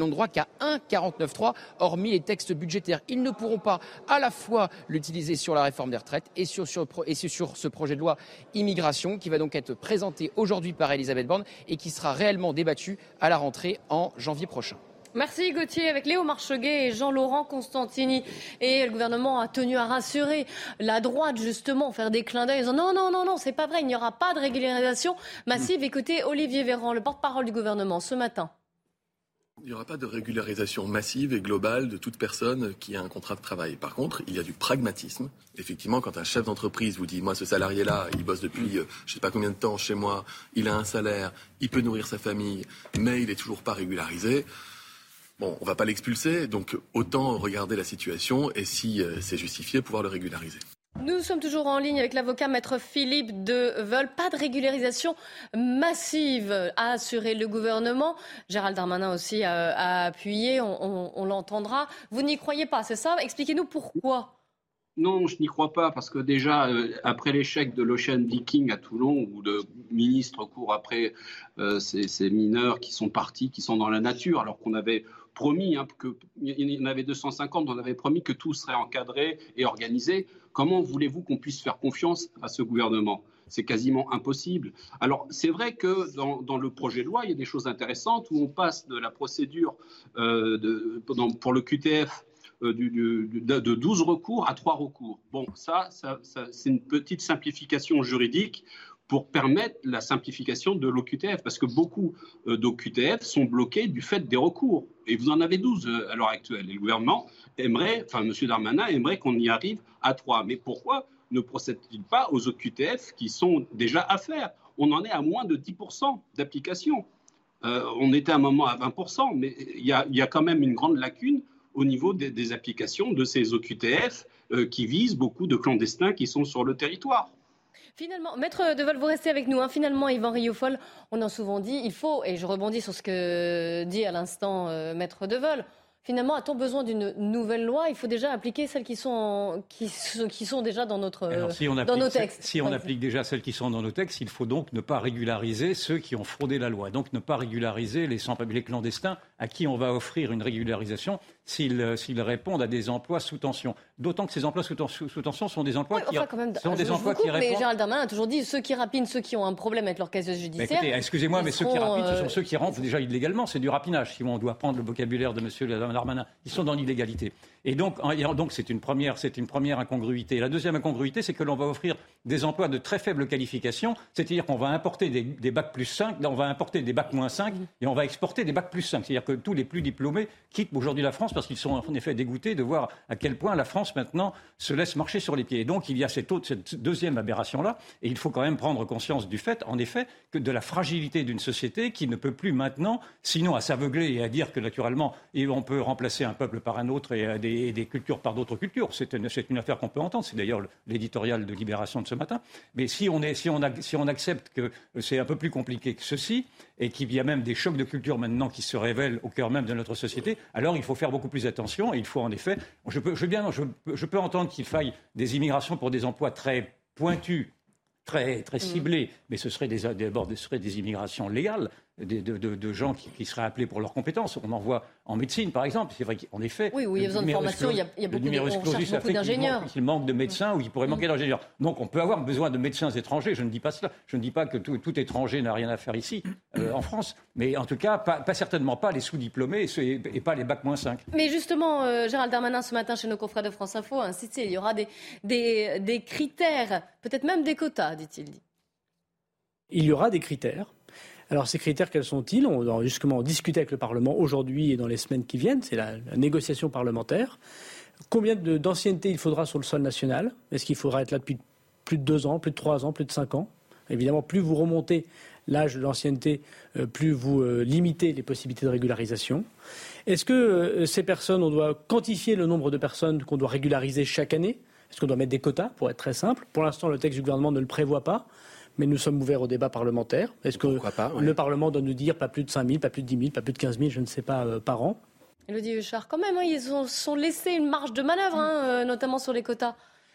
n'ont droit qu'à un quarante-neuf trois, hormis les textes budgétaires. Ils ne pourront pas à la fois l'utiliser sur la réforme des retraites et sur, sur, et sur ce projet de loi immigration qui va donc être présenté aujourd'hui par Elisabeth Borne et qui sera réellement débattu à la rentrée en janvier prochain. Merci Gauthier. Avec Léo Marcheguet et Jean-Laurent Constantini. Et le gouvernement a tenu à rassurer la droite, justement, faire des clins d'œil en disant non, non, non, non, c'est pas vrai, il n'y aura pas de régularisation massive. Mmh. Écoutez Olivier Véran, le porte-parole du gouvernement, ce matin. Il n'y aura pas de régularisation massive et globale de toute personne qui a un contrat de travail. Par contre, il y a du pragmatisme. Effectivement, quand un chef d'entreprise vous dit « moi, ce salarié-là, il bosse depuis euh, je ne sais pas combien de temps chez moi, il a un salaire, il peut nourrir sa famille, mais il n'est toujours pas régularisé », bon, on ne va pas l'expulser, donc autant regarder la situation et si euh, c'est justifié, pouvoir le régulariser. Nous sommes toujours en ligne avec l'avocat maître Philippe Deveul. Pas de régularisation massive, a assuré le gouvernement. Gérald Darmanin aussi a, a appuyé, on, on, on l'entendra. Vous n'y croyez pas, c'est ça ? Expliquez-nous pourquoi. Non, je n'y crois pas, parce que déjà, euh, après l'échec de l'Ocean Viking à Toulon, où le ministre court après euh, ces, ces mineurs qui sont partis, qui sont dans la nature, alors qu'on avait promis, hein, que, il y en avait deux cent cinquante, on avait promis que tout serait encadré et organisé. Comment voulez-vous qu'on puisse faire confiance à ce gouvernement ? C'est quasiment impossible. Alors, c'est vrai que dans, dans le projet de loi, il y a des choses intéressantes où on passe de la procédure euh, de, pour le Q T F euh, du, du, de, de douze recours à trois recours. Bon, ça, ça, ça c'est une petite simplification juridique pour permettre la simplification de l'O Q T F, parce que beaucoup euh, d'O Q T F sont bloqués du fait des recours. Et vous en avez douze euh, à l'heure actuelle. Et le gouvernement aimerait, enfin M. Darmanin aimerait qu'on y arrive à trois. Mais pourquoi ne procède-t-il pas aux O Q T F qui sont déjà à faire ? On en est à moins de dix pour cent d'application. Euh, on était à un moment à vingt pour cent, mais il y a, y a quand même une grande lacune au niveau des, des applications de ces O Q T F euh, qui visent beaucoup de clandestins qui sont sur le territoire. Finalement, Maître Deveul, vous restez avec nous. Hein. Finalement, Yvan Rioufol, on a souvent dit, il faut, et je rebondis sur ce que dit à l'instant euh, Maître Deveul, finalement, a-t-on besoin d'une nouvelle loi ? Il faut déjà appliquer celles qui sont, en, qui, qui sont déjà dans, notre, Alors, si on dans nos textes. Si on applique déjà celles qui sont dans nos textes, il faut donc ne pas régulariser ceux qui ont fraudé la loi. Donc ne pas régulariser les sans-papiers, les clandestins à qui on va offrir une régularisation s'ils, s'ils répondent à des emplois sous tension. D'autant que ces emplois sous, sous, sous tension sont des emplois oui, qui, enfin, quand même, sont des emplois coupe, qui répondent... Mais Gérald Darmanin a toujours dit ceux qui rapinent, ceux qui ont un problème avec leur casier judiciaire... Mais écoutez, excusez-moi, mais seront, ceux qui rapinent, euh... ce sont ceux qui rentrent déjà illégalement. C'est du rapinage, si on doit prendre le vocabulaire de M. Darmanin. Ils sont dans l'illégalité. Et donc, donc c'est, une première, c'est une première incongruité. La deuxième incongruité, c'est que l'on va offrir des emplois de très faible qualification, c'est-à-dire qu'on va importer des, des bacs plus cinq, on va importer des bacs moins cinq et on va exporter des bacs plus cinq. C'est-à-dire que tous les plus diplômés quittent aujourd'hui la France parce qu'ils sont en effet dégoûtés de voir à quel point la France maintenant se laisse marcher sur les pieds. Et donc il y a cette, autre, cette deuxième aberration-là, et il faut quand même prendre conscience du fait, en effet, que de la fragilité d'une société qui ne peut plus maintenant, sinon à s'aveugler et à dire que naturellement on peut remplacer un peuple par un autre et des, des cultures par d'autres cultures. C'est une, c'est une affaire qu'on peut entendre. C'est d'ailleurs l'éditorial de Libération de ce matin. Mais si on, est, si, on a, si on accepte que c'est un peu plus compliqué que ceci et qu'il y a même des chocs de culture maintenant qui se révèlent au cœur même de notre société, alors il faut faire beaucoup plus attention et il faut en effet... Je peux, je, bien, je, je peux entendre qu'il faille des immigrations pour des emplois très pointus, très, très ciblés, mmh. mais ce serait des, d'abord ce serait des immigrations légales. De, de, de, de gens qui, qui seraient appelés pour leurs compétences. On en voit en médecine, par exemple. C'est vrai qu'en effet... Oui, où il y a besoin de formation, il y a, il y a beaucoup, de, on cherche beaucoup d'ingénieurs. Il manque, il manque de médecins ou il pourrait manquer mmh. d'ingénieurs. Donc on peut avoir besoin de médecins étrangers, je ne dis pas cela. Je ne dis pas que tout, tout étranger n'a rien à faire ici, euh, en France. Mais en tout cas, pas, pas certainement pas les sous-diplômés et, et pas les bacs moins cinq. Mais justement, euh, Gérald Darmanin, ce matin, chez nos confrères de France Info, a insisté. Il y aura des, des, des critères, peut-être même des quotas, dit-il. Il y aura des critères. Alors ces critères, quels sont-ils ? On va justement discuter avec le Parlement aujourd'hui et dans les semaines qui viennent. C'est la, la négociation parlementaire. Combien de, d'ancienneté il faudra sur le sol national ? Est-ce qu'il faudra être là depuis plus de deux ans, plus de trois ans, plus de cinq ans ? Évidemment, plus vous remontez l'âge de l'ancienneté, euh, plus vous euh, limitez les possibilités de régularisation. Est-ce que euh, ces personnes, on doit quantifier le nombre de personnes qu'on doit régulariser chaque année ? Est-ce qu'on doit mettre des quotas, pour être très simple ? Pour l'instant, le texte du gouvernement ne le prévoit pas. Mais nous sommes ouverts au débat parlementaire. Est-ce que pas, ouais. le Parlement doit nous dire pas plus de cinq mille, pas plus de dix mille, pas plus de quinze mille, je ne sais pas, euh, par an ? Élodie Huchard, quand même, hein, ils ont sont laissé une marge de manœuvre, hein, euh, notamment sur les quotas.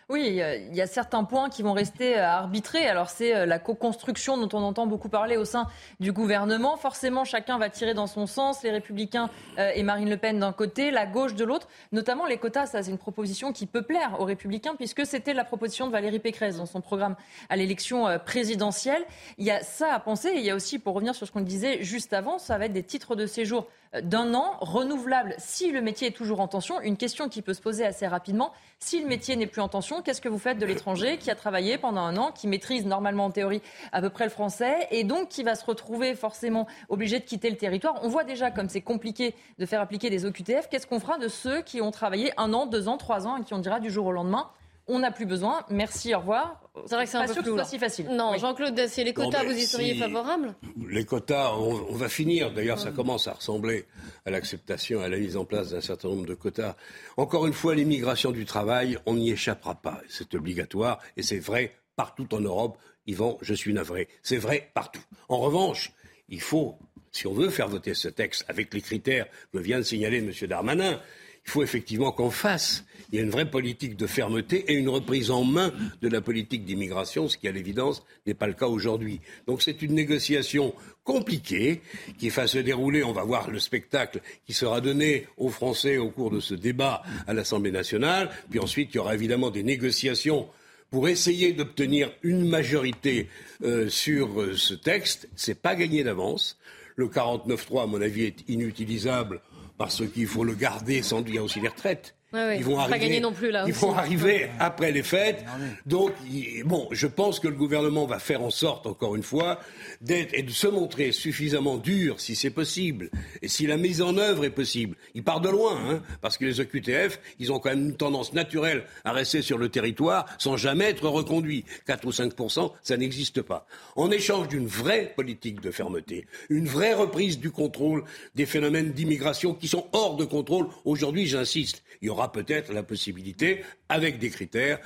Oui, il y a certains points qui vont rester à arbitrer. Alors c'est la co-construction dont on entend beaucoup parler au sein du gouvernement. Forcément, chacun va tirer dans son sens. Les Républicains et Marine Le Pen d'un côté, la gauche de l'autre. Notamment les quotas, ça c'est une proposition qui peut plaire aux Républicains puisque c'était la proposition de Valérie Pécresse dans son programme à l'élection présidentielle. Il y a ça à penser. Et il y a aussi, pour revenir sur ce qu'on disait juste avant, ça va être des titres de séjour d'un an, renouvelables si le métier est toujours en tension. Une question qui peut se poser assez rapidement. Si le métier n'est plus en tension, qu'est-ce que vous faites de l'étranger qui a travaillé pendant un an, qui maîtrise normalement en théorie à peu près le français et donc qui va se retrouver forcément obligé de quitter le territoire? On voit déjà comme c'est compliqué de faire appliquer des O Q T F. Qu'est-ce qu'on fera de ceux qui ont travaillé un an, deux ans, trois ans et qui on dira du jour au lendemain on n'a plus besoin, merci, au revoir. C'est vrai que c'est un pas peu sûr plus que ce soit si facile. Non, oui. Jean-Claude Dacier, les quotas, non, vous y seriez si... favorable? Les quotas, on, on va finir. D'ailleurs, ça commence à ressembler à l'acceptation, à la mise en place d'un certain nombre de quotas. Encore une fois, l'immigration du travail, on n'y échappera pas. C'est obligatoire et c'est vrai partout en Europe. Yvan, je suis navré. C'est vrai partout. En revanche, il faut, si on veut faire voter ce texte avec les critères que vient de signaler M. Darmanin, il faut effectivement qu'en face, il y ait une vraie politique de fermeté et une reprise en main de la politique d'immigration, ce qui, à l'évidence, n'est pas le cas aujourd'hui. Donc c'est une négociation compliquée qui va se dérouler. On va voir le spectacle qui sera donné aux Français au cours de ce débat à l'Assemblée nationale. Puis ensuite, il y aura évidemment des négociations pour essayer d'obtenir une majorité euh, sur euh, ce texte. C'est pas gagné d'avance. Le quarante-neuf trois, à mon avis, est inutilisable parce qu'il faut le garder, sans doute. Il y a aussi les retraites. Oui, oui. Ils vont arriver, pas gagner non plus, là, ils aussi. vont arriver après les fêtes. Donc, il, bon, je pense que le gouvernement va faire en sorte, encore une fois, d'être et de se montrer suffisamment dur, si c'est possible, et si la mise en œuvre est possible. Il part de loin, hein, parce que les O Q T F, ils ont quand même une tendance naturelle à rester sur le territoire sans jamais être reconduits. quatre ou cinq pour cent, ça n'existe pas. En échange d'une vraie politique de fermeté, une vraie reprise du contrôle des phénomènes d'immigration qui sont hors de contrôle. Aujourd'hui, j'insiste, il y aura peut-être la possibilité, avec des critères,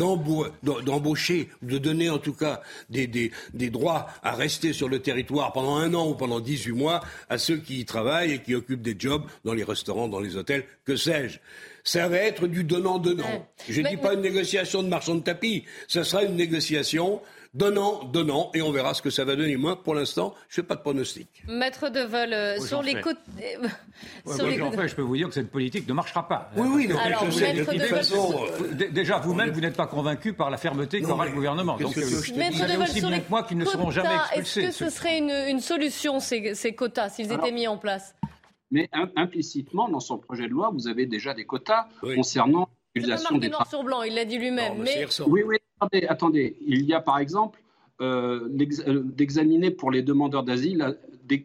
d'embaucher, de donner en tout cas des, des, des droits à rester sur le territoire pendant un an ou pendant dix-huit mois à ceux qui y travaillent et qui occupent des jobs dans les restaurants, dans les hôtels, que sais-je. Ça va être du donnant-donnant. Je ne dis pas une négociation de marchand de tapis, ce sera une négociation donnant, donnant, et on verra ce que ça va donner. Moi, pour l'instant, je ne fais pas de pronostic. Maître Deveul, euh, oui, sur les côtés... Ouais, sur les côtés... Je peux vous dire que cette politique ne marchera pas. Oui, oui, non. Alors, vous Maître de façon, euh... Déjà, vous-même, vous n'êtes pas convaincu par la fermeté qu'aura le gouvernement. Donc, Maître vous savez aussi bien que moi qu'ils ne seront jamais expulsés. Est-ce que ce serait une, une solution, ces, ces quotas, s'ils étaient mis en place? Mais implicitement, dans son projet de loi, vous avez déjà des quotas oui. concernant l'utilisation des noir sur blanc, il l'a dit lui-même. Mais... Oui, oui, attendez, attendez. Il y a par exemple euh, d'examiner pour les demandeurs d'asile,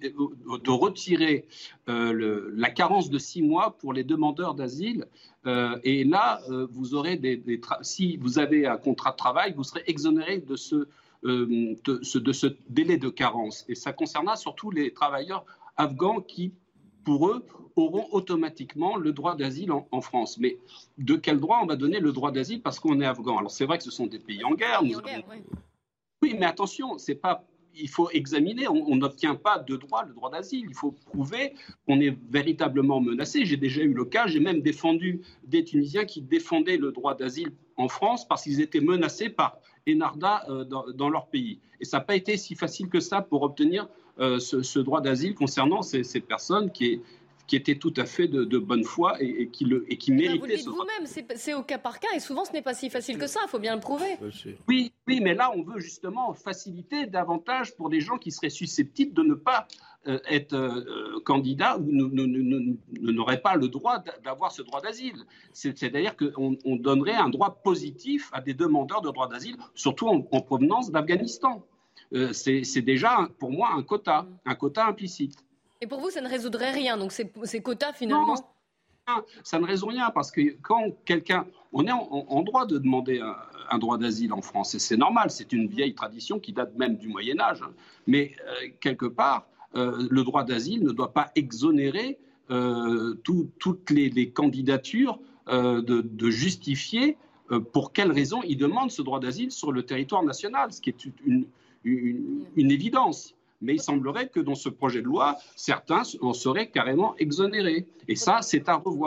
de retirer euh, le, la carence de six mois pour les demandeurs d'asile. Euh, et là, euh, vous aurez des, des tra- si vous avez un contrat de travail, vous serez exonéré de ce, euh, de, ce, de ce délai de carence. Et ça concernera surtout les travailleurs afghans qui, pour eux, auront automatiquement le droit d'asile en, en France. Mais de quel droit on va donner le droit d'asile parce qu'on est afghan? Alors c'est vrai que ce sont des pays en guerre. Nous en guerre avons... oui. oui, mais attention, c'est pas... il faut examiner. On n'obtient pas de droit, le droit d'asile. Il faut prouver qu'on est véritablement menacé. J'ai déjà eu le cas, j'ai même défendu des Tunisiens qui défendaient le droit d'asile en France parce qu'ils étaient menacés par Enarda euh, dans, dans leur pays. Et ça n'a pas été si facile que ça pour obtenir euh, ce, ce droit d'asile concernant ces, ces personnes qui, est, qui étaient tout à fait de, de bonne foi et, et qui, le, et qui méritaient... Vous le dites vous-même, c'est, c'est au cas par cas et souvent ce n'est pas si facile que ça, il faut bien le prouver. Oui, oui, mais là on veut justement faciliter davantage pour des gens qui seraient susceptibles de ne pas euh, être euh, candidats ou ne, ne, ne, ne, n'auraient pas le droit d'avoir ce droit d'asile. C'est, c'est-à-dire qu'on on donnerait un droit positif à des demandeurs de droit d'asile, surtout en, en provenance d'Afghanistan. Euh, c'est, c'est déjà pour moi un quota, un quota implicite. Et pour vous, ça ne résoudrait rien, donc ces, ces quotas finalement non, ça ne résout rien parce que quand quelqu'un... On est en, en droit de demander un, un droit d'asile en France et c'est normal, c'est une vieille tradition qui date même du Moyen-Âge. Mais euh, quelque part, euh, le droit d'asile ne doit pas exonérer euh, tout, toutes les, les candidatures euh, de, de justifier euh, pour quelles raisons ils demandent ce droit d'asile sur le territoire national, ce qui est une, une, une évidence. Mais il semblerait que dans ce projet de loi, certains en seraient carrément exonérés. Et ça, c'est à revoir.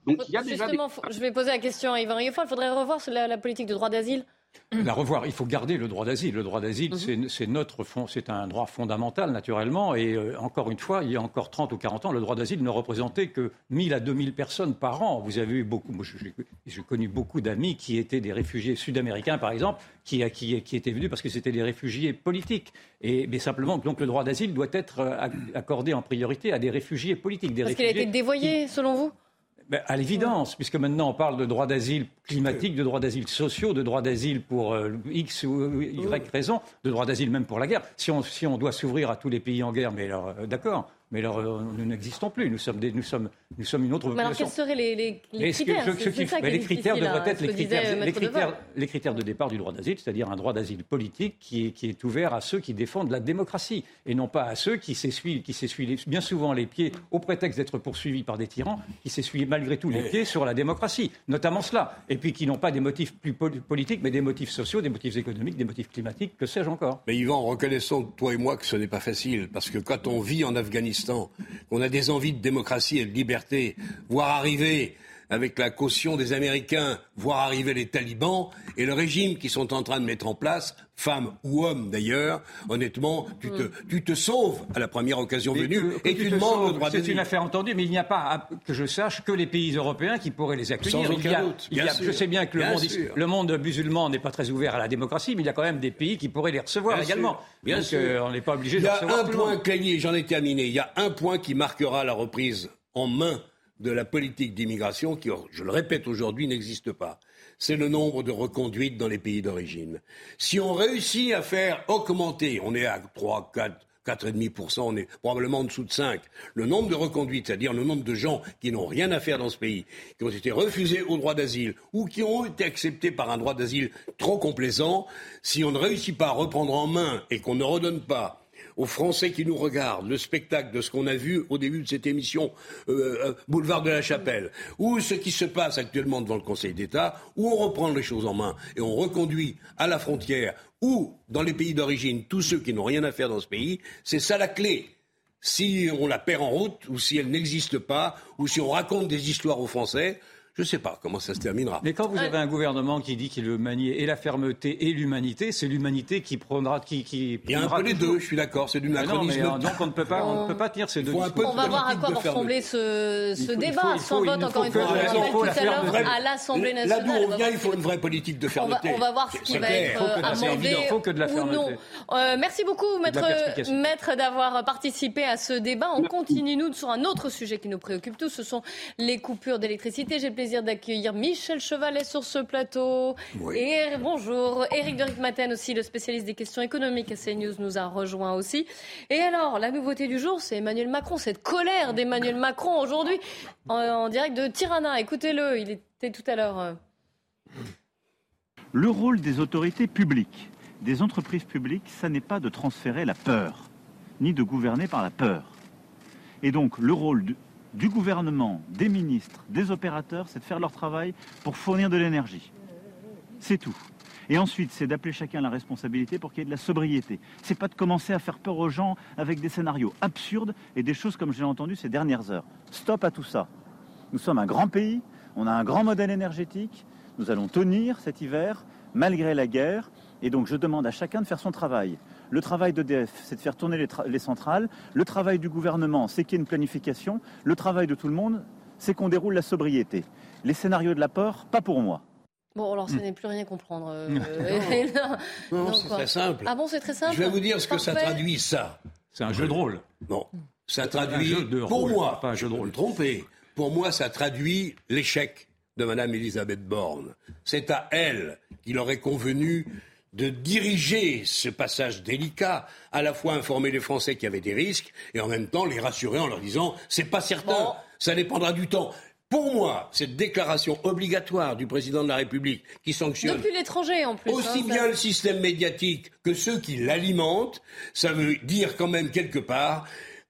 Donc il y a déjà Justement, des... je vais poser la question à Yvan Rieufol. Il faudrait revoir la, la politique de droit d'asile. La revoir, il faut garder le droit d'asile. Le droit d'asile, mm-hmm. c'est, c'est notre fond, c'est un droit fondamental, naturellement. Et euh, encore une fois, il y a encore trente ou quarante ans, le droit d'asile ne représentait que mille à deux mille personnes par an. Vous avez eu beaucoup, moi, j'ai, j'ai connu beaucoup d'amis qui étaient des réfugiés sud-américains, par exemple, qui, qui, qui étaient venus parce que c'était des réfugiés politiques. Et, mais simplement, donc le droit d'asile doit être accordé en priorité à des réfugiés politiques. Des parce réfugiés qu'il a été dévoyé, qui... selon vous ? Ben, à l'évidence, puisque maintenant on parle de droits d'asile climatiques, de droits d'asile sociaux, de droits d'asile pour euh, X ou Y raison, de droits d'asile même pour la guerre. Si on, si on doit s'ouvrir à tous les pays en guerre, mais alors, euh, d'accord, mais alors euh, nous n'existons plus. Nous sommes, des, nous sommes, nous sommes une autre population. Mais alors quels seraient les, les, les critères que, je, c'est, c'est ça Les critères devraient être les critères, disait, les, critères, les critères de départ du droit d'asile, c'est-à-dire un droit d'asile politique qui est, qui est ouvert à ceux qui défendent la démocratie et non pas à ceux qui s'essuient, qui s'essuient bien souvent les pieds au prétexte d'être poursuivis par des tyrans, qui s'essuient malgré tout les pieds sur la démocratie, notamment cela, et puis qui n'ont pas des motifs plus politiques, mais des motifs sociaux, des motifs économiques, des motifs climatiques, que sais-je encore. Mais Yvan, reconnaissons, toi et moi, que ce n'est pas facile, parce que quand on vit en Afghanistan, on a des envies de démocratie et de liberté, voir arriver, avec la caution des Américains, voir arriver les talibans et le régime qu'ils sont en train de mettre en place, femmes ou hommes d'ailleurs, honnêtement, tu te, tu te sauves à la première occasion venue que, que et tu, tu demandes le droit d'asile. C'est une affaire entendue, mais il n'y a pas, que je sache, que les pays européens qui pourraient les accueillir. Sans aucun il y a, doute, il y a, bien sûr, je sais bien que le monde, le monde musulman n'est pas très ouvert à la démocratie, mais il y a quand même des pays qui pourraient les recevoir bien également. Sûr, bien Donc sûr. Euh, on n'est pas obligé de recevoir. Il y a un tout point, le monde. Clénier, j'en ai terminé, il y a un point qui marquera la reprise en main de la politique d'immigration qui, je le répète aujourd'hui, n'existe pas. C'est le nombre de reconduites dans les pays d'origine. Si on réussit à faire augmenter, on est à trois, quatre, quatre virgule cinq pour cent, on est probablement en dessous de cinq, le nombre de reconduites, c'est-à-dire le nombre de gens qui n'ont rien à faire dans ce pays, qui ont été refusés au droit d'asile ou qui ont été acceptés par un droit d'asile trop complaisant, si on ne réussit pas à reprendre en main et qu'on ne redonne pas aux Français qui nous regardent le spectacle de ce qu'on a vu au début de cette émission euh, euh, Boulevard de la Chapelle, ou ce qui se passe actuellement devant le Conseil d'État, où on reprend les choses en main et on reconduit à la frontière ou dans les pays d'origine tous ceux qui n'ont rien à faire dans ce pays, c'est ça la clé. Si on la perd en route, ou si elle n'existe pas, ou si on raconte des histoires aux Français, je ne sais pas comment ça se terminera. Mais quand vous avez un gouvernement qui dit qu'il veut manier et la fermeté et l'humanité, c'est l'humanité qui prendra... Qui, qui Il y a un peu les deux, je suis d'accord, c'est du macronisme. Non, mais, donc on ne peut pas, on ne peut pas tenir ces deux discours. On va voir à quoi va ressembler ce, ce faut, débat, faut, sans vote, encore une fois. Je rappelle tout à l'heure à l'Assemblée nationale. Là d'où on vient, il faut une vraie politique de fermeté. On va, on va voir ce qui va être amendé ou non. Euh, merci beaucoup, maître, maître, d'avoir participé à ce débat. On continue, nous, sur un autre sujet qui nous préoccupe tous, ce sont les coupures d'électricité. J'ai le plaisir d'accueillir Michel Chevalet sur ce plateau. Oui. Et bonjour, Éric de Ritmaten aussi, le spécialiste des questions économiques à CNews, nous a rejoint aussi. Et alors, la nouveauté du jour, c'est Emmanuel Macron, cette colère d'Emmanuel Macron aujourd'hui en, en direct de Tirana. Écoutez-le, il était tout à l'heure. Le rôle des autorités publiques, des entreprises publiques, ça n'est pas de transférer la peur, ni de gouverner par la peur. Et donc, le rôle de du gouvernement, des ministres, des opérateurs, c'est de faire leur travail pour fournir de l'énergie. C'est tout. Et ensuite, c'est d'appeler chacun la responsabilité pour qu'il y ait de la sobriété. C'est pas de commencer à faire peur aux gens avec des scénarios absurdes et des choses comme j'ai entendu ces dernières heures. Stop à tout ça. Nous sommes un grand pays, on a un grand modèle énergétique, nous allons tenir cet hiver, malgré la guerre, et donc je demande à chacun de faire son travail. Le travail d'E D F, c'est de faire tourner les, tra- les centrales. Le travail du gouvernement, c'est qu'il y ait une planification. Le travail de tout le monde, c'est qu'on déroule la sobriété. Les scénarios de la peur, pas pour moi. Bon, alors ça mmh. n'est plus rien comprendre. Euh, non, non, non c'est très simple. Ah bon, c'est très simple. Je vais vous dire ce que Parfait. ça traduit, ça. C'est un jeu de rôle. Non, ça traduit, pour rôle, moi, pas un jeu de rôle. Trompé. Pour moi, ça traduit l'échec de Mme Elisabeth Borne. C'est à elle qu'il aurait convenu de diriger ce passage délicat, à la fois informer les Français qu'il y avait des risques et en même temps les rassurer en leur disant « c'est pas certain, bon. ça dépendra du temps ». Pour moi, cette déclaration obligatoire du président de la République qui sanctionne depuis l'étranger en plus, aussi hein, bien ça... le système médiatique que ceux qui l'alimentent, ça veut dire quand même quelque part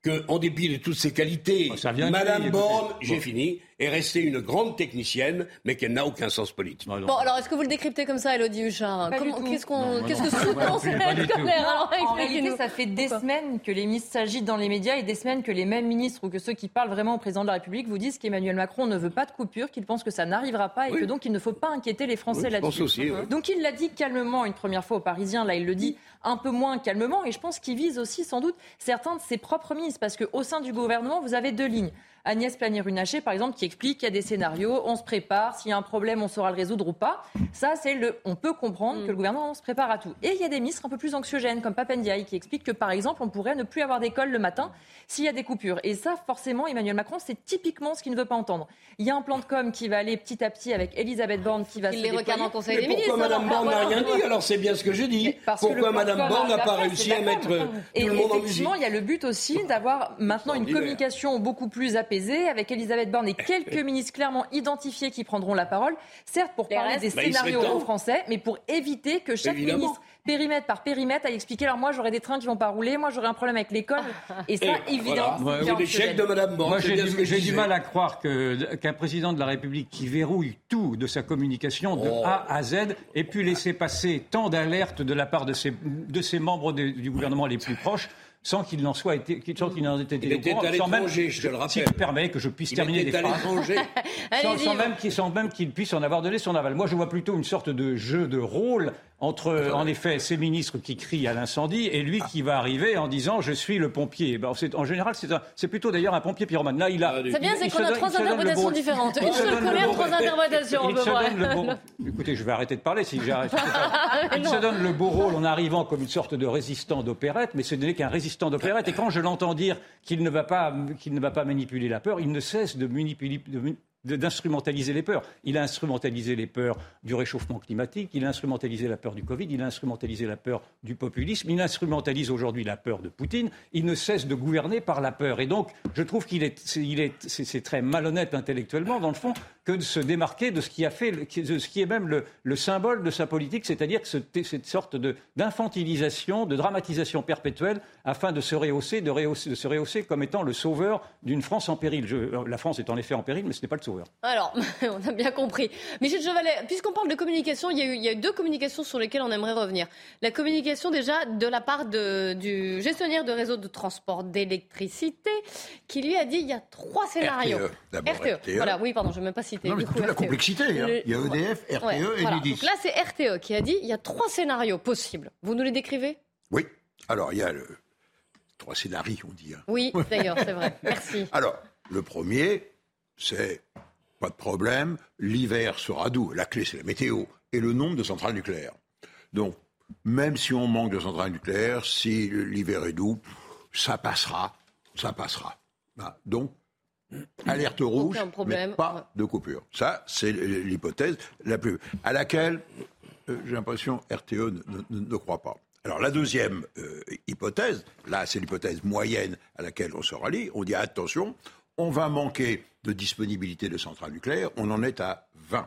qu'en dépit de toutes ses qualités, oh, Madame Borne, bon. j'ai fini, est restée une grande technicienne, mais qu'elle n'a aucun sens politique. Bon, alors est-ce que vous le décryptez comme ça, Élodie Huchard? Comment, Qu'est-ce, qu'on, non, qu'est-ce non, que sous-tend cette colère? En réalité, ça fait des semaines que les ministres s'agitent dans les médias et des semaines que les mêmes ministres ou que ceux qui parlent vraiment au président de la République vous disent qu'Emmanuel Macron ne veut pas de coupure, qu'il pense que ça n'arrivera pas et oui. que donc il ne faut pas inquiéter les Français oui, là-dessus. Aussi, oui. Donc il l'a dit calmement une première fois aux Parisiens, là il le dit un peu moins calmement et je pense qu'il vise aussi sans doute certains de ses propres ministres parce qu'au sein du gouvernement, vous avez deux lignes. Agnès Pannier-Runacher, par exemple, qui explique qu'il y a des scénarios, on se prépare, s'il y a un problème, on saura le résoudre ou pas. Ça, c'est le... On peut comprendre mm. que le gouvernement se prépare à tout. Et il y a des ministres un peu plus anxiogènes, comme Pap Ndiaye, qui explique que, par exemple, on pourrait ne plus avoir d'école le matin s'il y a des coupures. Et ça, forcément, Emmanuel Macron, c'est typiquement ce qu'il ne veut pas entendre. Il y a un plan de com qui va aller petit à petit avec Elisabeth Borne qui va il se les déployer. regarde en Conseil mais des ministres. Pourquoi Mme Borne n'a rien dit? Alors c'est bien ce que je dis. Pourquoi Mme Borne n'a pas réussi à mettre tout et le monde en musique? Effectivement, il y a le but aussi d'avoir maintenant une communication beaucoup plus apaisée avec Elisabeth Borne et quelques ministres clairement identifiés qui prendront la parole, certes pour parler des bah, scénarios aux Français, mais pour éviter que chaque Évidemment. ministre, périmètre par périmètre, aille expliquer, alors moi j'aurai des trains qui vont pas rouler, moi j'aurai un problème avec l'école, et ça, et évidemment, voilà. c'est l'échec de Mme Borne. Moi j'ai, du, j'ai du mal à croire que, qu'un président de la République qui verrouille tout de sa communication de oh. A à Z ait pu laisser passer tant d'alertes de la part de ses, de ses membres de, du gouvernement les plus proches, sans qu'il n'en soit été, sans qu'il n'en ait été il était au courant, à l'étranger, je te le rappelle. Si tu permets que je puisse il terminer les phrases, sans, sans, même qu'il, sans même qu'il puisse en avoir donné son aval. Moi, je vois plutôt une sorte de jeu de rôle entre, en effet, ces ministres qui crient à l'incendie et lui qui va arriver en disant « je suis le pompier ». Ben, c'est, en général, c'est, un, c'est plutôt d'ailleurs un pompier pyromane. Là, il a. C'est bien, c'est il qu'on a trois interprétations différentes. Une seule colère, trois interprétations. Il se donne le beau. Écoutez, je vais arrêter de parler si j'arrête. Il se donne le beau rôle en arrivant comme une sorte de résistant d'opérette, mais ce n'est qu'un résistant d'opérette. Et quand je l'entends dire qu'il ne va pas, qu'il ne va pas manipuler la peur, il ne cesse de manipuler. De, d'instrumentaliser les peurs. Il a instrumentalisé les peurs du réchauffement climatique, il a instrumentalisé la peur du Covid, il a instrumentalisé la peur du populisme, il instrumentalise aujourd'hui la peur de Poutine. Il ne cesse de gouverner par la peur. Et donc, je trouve qu'il est, c'est, il est, c'est, c'est très malhonnête intellectuellement, dans le fond, que de se démarquer de ce qui a fait, de ce qui est même le, le symbole de sa politique, c'est-à-dire que ce, cette sorte de, d'infantilisation, de dramatisation perpétuelle, afin de se rehausser, de, rehausser, de se rehausser comme étant le sauveur d'une France en péril. Je, la France est en effet en péril, mais ce n'est pas le sauveur. Alors, on a bien compris. Michel Chevalet, puisqu'on parle de communication, il y, a eu, il y a eu deux communications sur lesquelles on aimerait revenir. La communication déjà de la part de, du gestionnaire de réseau de transport d'électricité, qui lui a dit il y a trois scénarios. R T E, d'abord R T E. R T E. Voilà, oui, pardon, je ne vais même pas citer. Non, mais c'est toute la complexité. Hein. Le... Il y a E D F, R T E ouais, et voilà. Enedis. Donc là, c'est R T E qui a dit il y a trois scénarios possibles. Vous nous les décrivez? Oui. Alors, il y a le... trois scénarios, on dit. Hein. Oui, d'ailleurs, c'est vrai. Merci. Alors, le premier, c'est... Pas de problème, l'hiver sera doux. La clé, c'est la météo et le nombre de centrales nucléaires. Donc, même si on manque de centrales nucléaires, si l'hiver est doux, ça passera, ça passera. Bah, donc, alerte rouge, mais pas de coupure. Ça, c'est l'hypothèse la plus... à laquelle, euh, j'ai l'impression, R T E ne, ne, ne croit pas. Alors, la deuxième euh, hypothèse, là, c'est l'hypothèse moyenne à laquelle on se rallie. On dit, attention, on va manquer de disponibilité de centrales nucléaires, on en est à vingt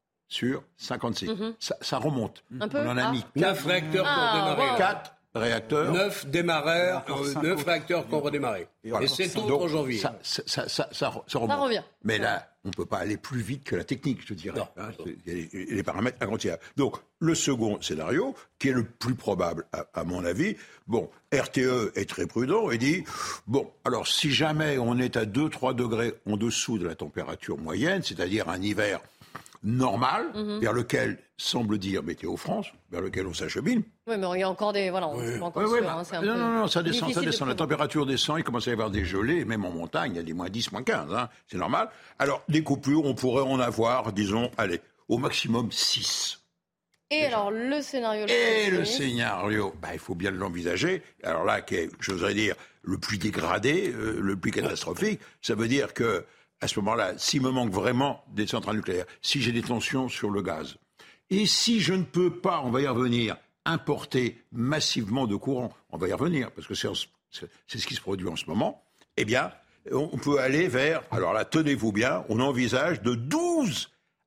sur cinquante-six. Mm-hmm. Ça, ça remonte. Un peu, on en a ah. mis neuf réacteurs ah, pour démarrer. Wow. quatre réacteurs. neuf démarreurs, euh, neuf réacteurs qui ont redémarré. Et, voilà. Et sept autres en janvier. Ça, ça, ça, ça, ça, ça remonte. Ça revient. Mais là, on ne peut pas aller plus vite que la technique, je dirais. Hein, il y a les, les paramètres incroyables. Donc, le second scénario, qui est le plus probable, à, à mon avis, bon, R T E est très prudent et dit, bon, alors si jamais on est à deux à trois degrés en dessous de la température moyenne, c'est-à-dire un hiver normal, mm-hmm. vers lequel semble dire Météo France, vers lequel on s'achemine. Oui, mais il y a encore des... Voilà, on oui. peut encore oui, sûr, oui, hein, c'est un non, peu non, non, ça descend, ça descend. La de température descend, il commence à y avoir des gelées, même en montagne, il y a des moins dix, moins quinze, hein, c'est normal. Alors, des coupures, on pourrait en avoir, disons, allez, au maximum six. Et déjà. Alors, le scénario... Et le scénario, bah, il faut bien l'envisager. Alors là, qui est, j'oserais dire, le plus dégradé, euh, le plus catastrophique, ça veut dire que à ce moment-là, s'il me manque vraiment des centrales nucléaires, si j'ai des tensions sur le gaz, et si je ne peux pas, on va y revenir, importer massivement de courant, on va y revenir, parce que c'est, c'est ce qui se produit en ce moment, eh bien, on peut aller vers, alors là, tenez-vous bien, on envisage de douze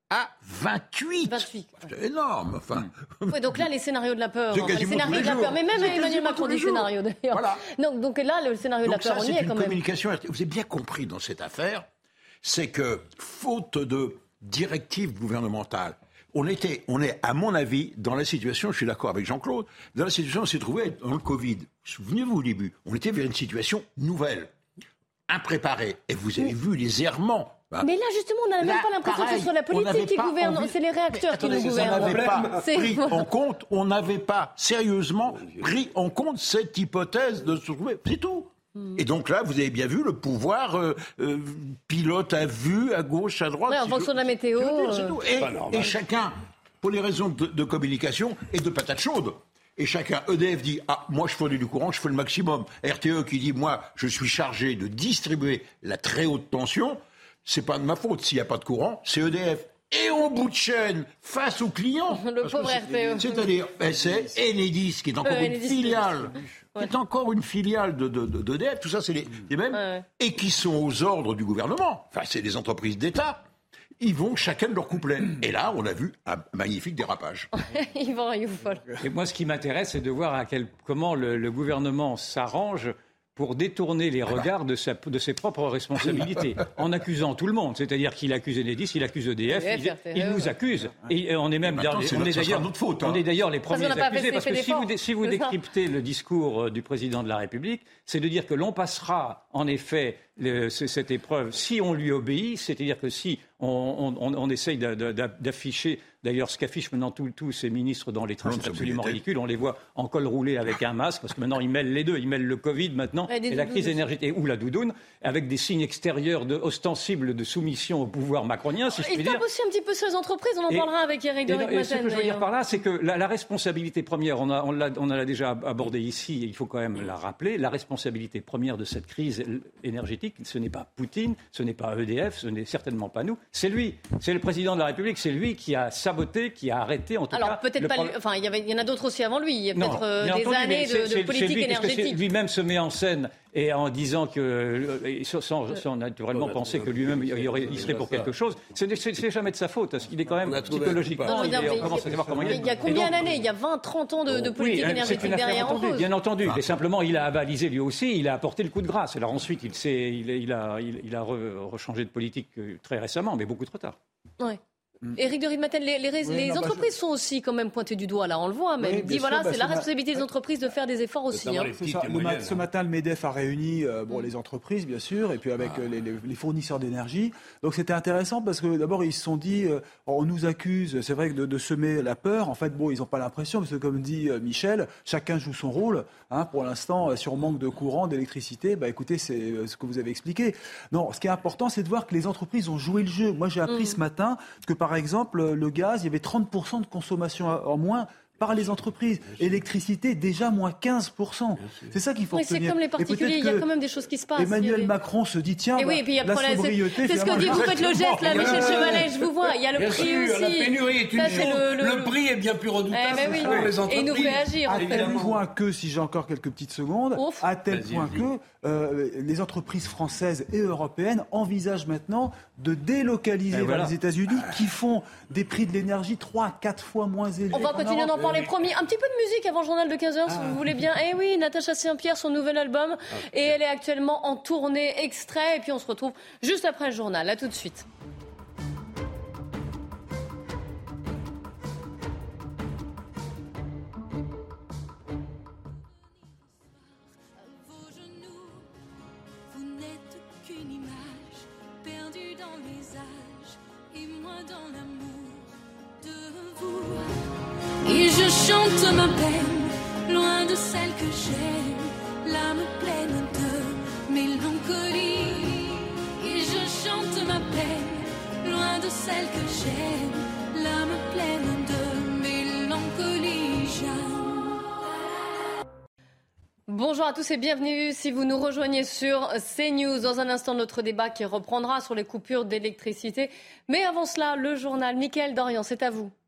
à vingt-huit. vingt-huit. C'est énorme. Enfin. Ouais, donc là, les scénarios de la peur, C'est enfin, les quasiment scénarios tous les de la jours. peur, mais même C'est Emmanuel quasiment Macron tous les dit jours. scénario d'ailleurs. Voilà. Donc, donc là, le scénario Donc de la peur, ça, on c'est y est une quand même. communication. Vous avez bien compris dans cette affaire, c'est que faute de directive gouvernementale, on était, on est, à mon avis, dans la situation, je suis d'accord avec Jean-Claude, dans la situation où on s'est trouvé dans le Covid. Souvenez-vous au début, on était vers une situation nouvelle, impréparée. Et vous avez vu les errements. Bah, mais là, justement, on n'a même pas l'impression que ce soit la politique qui gouverne, c'est les réacteurs attendez, qui nous ça gouvernent. n'avait pas C'est- pris en compte, on n'avait pas sérieusement pris en compte cette hypothèse de se trouver. C'est tout. Et donc là, vous avez bien vu, le pouvoir euh, euh, pilote à vue, à gauche, à droite. Ouais, en si fonction je- de la météo. je veux dire, c'est euh, tout. C'est pas normal. Et, et chacun, pour les raisons de, de communication et de patates chaudes, et chacun, E D F dit, ah, moi je fournis du courant, je fais le maximum. R T E qui dit, moi je suis chargé de distribuer la très haute tension, c'est pas de ma faute s'il n'y a pas de courant, c'est E D F. Et au bout de chaîne, face aux clients. Le parce que pauvre c'est- R T E. C'est-à-dire, ben, c'est Enedis qui est encore Euh, une Enedis, filiale. Ouais. Qui est encore une filiale de, de, de, d'E D F, tout ça c'est les, les mêmes, Ouais. et qui sont aux ordres du gouvernement. Enfin, c'est des entreprises d'État. Ils vont chacun de leur couplet. Et là, on a vu un magnifique dérapage. Yvan Rioufol. Et moi, ce qui m'intéresse, c'est de voir à quel, comment le, le gouvernement s'arrange pour détourner les regards de, sa, de ses propres responsabilités, en accusant tout le monde. C'est-à-dire qu'il accuse Enedis, il accuse E D F, E D F, il, R T E, il nous ouais. accuse. Et on est même Maintenant, dans les- c'est on notre- est ça sera d'ailleurs notre faute, hein. on est d'ailleurs les Parce premiers qu'on n'a pas accusés, fait- parce fait que si d'efforts. vous, dé- si vous C'est ça. décryptez le discours euh, du président de la République, c'est de dire que l'on passera en effet le- c- cette épreuve si on lui obéit, c'est-à-dire que si on, on, on essaye d'a- d'a- d'afficher, d'ailleurs ce qu'affichent maintenant tous tous ces ministres dans les trains, Non, c'est c'est absolument obligé. ridicule, on les voit en col roulé avec un masque, parce que maintenant ils mêlent les deux, ils mêlent le Covid maintenant Ouais, des et la doudounes crise aussi. énergétique ou la doudoune, avec des signes extérieurs de, ostensibles de soumission au pouvoir macronien, si je Il puis dire. tape aussi un petit peu sur les entreprises, on en Et- parlera avec Eric Et, de non, et ce que je veux dire Ritmaten. par là, c'est que la, la responsabilité première, on, a, on, l'a, on l'a déjà abordé ici, et il faut quand même la rappeler, la responsabilité première de cette crise énergétique, ce n'est pas Poutine, ce n'est pas E D F, ce n'est certainement pas nous, c'est lui, c'est le président de la République, c'est lui qui a saboté, qui a arrêté en tout cas... Alors peut-être le pas, pro- lui- enfin il y avait, il y en a d'autres aussi avant lui. Il y a Non, peut-être euh, bien des entendu, années mais de, c'est- de c'est- politique c'est lui, parce que c'est- énergétique. lui-même se met en scène et en disant que, euh, et sans, sans- sans naturellement penser que lui-même il, y aurait- il serait pour quelque chose, c'est, c'est- c'est jamais de sa faute, parce qu'il est quand même On a trouvé un psychologiquement, Non, je veux il dire, est- mais on commence à savoir comment il est. Il y a Et combien donc- d'années? Il y a vingt, trente ans de, de politique oui, c'est énergétique une affaire derrière en entendue, cause. bien entendu. Mais simplement, il a avalisé lui aussi, il a apporté le coup de grâce. Alors ensuite, il, s'est, il, il a, il, il a re- rechangé de politique euh, très récemment, mais beaucoup trop tard. Ouais. Éric de Ritmaten, les, les, rais- Oui, les non, bah, entreprises sont aussi quand même pointées du doigt, là, on le voit, mais Oui, il dit bien voilà, sûr, bah, c'est la c'est ma- responsabilité des entreprises de faire des efforts aussi. Notamment hein. les C'est petites ça. et Le mat- moyennes, ce hein. matin, le MEDEF a réuni euh, bon, Mm. les entreprises, bien sûr, et puis avec euh, les, les- les fournisseurs d'énergie. Donc c'était intéressant parce que d'abord, ils se sont dit, euh, on nous accuse, c'est vrai, que de, de semer la peur. En fait, bon, ils n'ont pas l'impression, parce que comme dit euh, Michel, chacun joue son rôle. Hein, pour l'instant, euh, sur manque de courant, d'électricité, bah, écoutez, c'est euh, ce que vous avez expliqué. Non, ce qui est important, c'est de voir que les entreprises ont joué le jeu. Moi, j'ai appris Mm. ce matin que, par exemple, euh, le gaz, il y avait trente pour cent de consommation en moins par les entreprises. Électricité, déjà moins quinze pour cent. C'est ça qu'il faut Oui, c'est retenir. comme les Et particuliers, peut-être il y a que quand même des choses qui se passent. Emmanuel Il y a- Macron se dit, tiens, Et bah, oui, et puis il y a le la problème, c'est- sobriété, c'est ce que finalement, dit, vous faites le geste là, Bien Michel sûr. Chevalet, je vous vois, il y a le Bien prix sûr, aussi. la pénurie est une Ça, c'est chose. le- Le, le- prix est bien plus redoutable Eh ben oui. pour les Et entreprises. il nous fait agir, en à fait. tel point que, si j'ai encore quelques petites secondes, Ouf. à tel Vas-y, point vas-y. que euh, les entreprises françaises et européennes envisagent maintenant de délocaliser Et vers voilà. les États-Unis, qui font des prix de l'énergie trois à quatre fois moins élevés. On va qu'en continuer Europe. d'en parler. Promis, un petit peu de musique avant le journal de quinze heures, si vous voulez bien. Eh oui, Natacha Saint-Pierre, son nouvel album. Et elle est actuellement en tournée extrait. Et puis on se retrouve juste après le journal. À tout de suite. Vos genoux, vous n'êtes qu'une image perdue dans les âges et moi dans l'amour de vous. Et je chante ma peine, loin de celle que j'aime, l'âme pleine de mélancolie. Et je chante ma peine, loin de celle que j'aime, l'âme pleine de mélancolie. J'aime. Bonjour à tous et bienvenue si vous nous rejoignez sur CNews. Dans un instant, notre débat qui reprendra sur les coupures d'électricité. Mais avant cela, le journal. Mickaël Dorian, c'est à vous.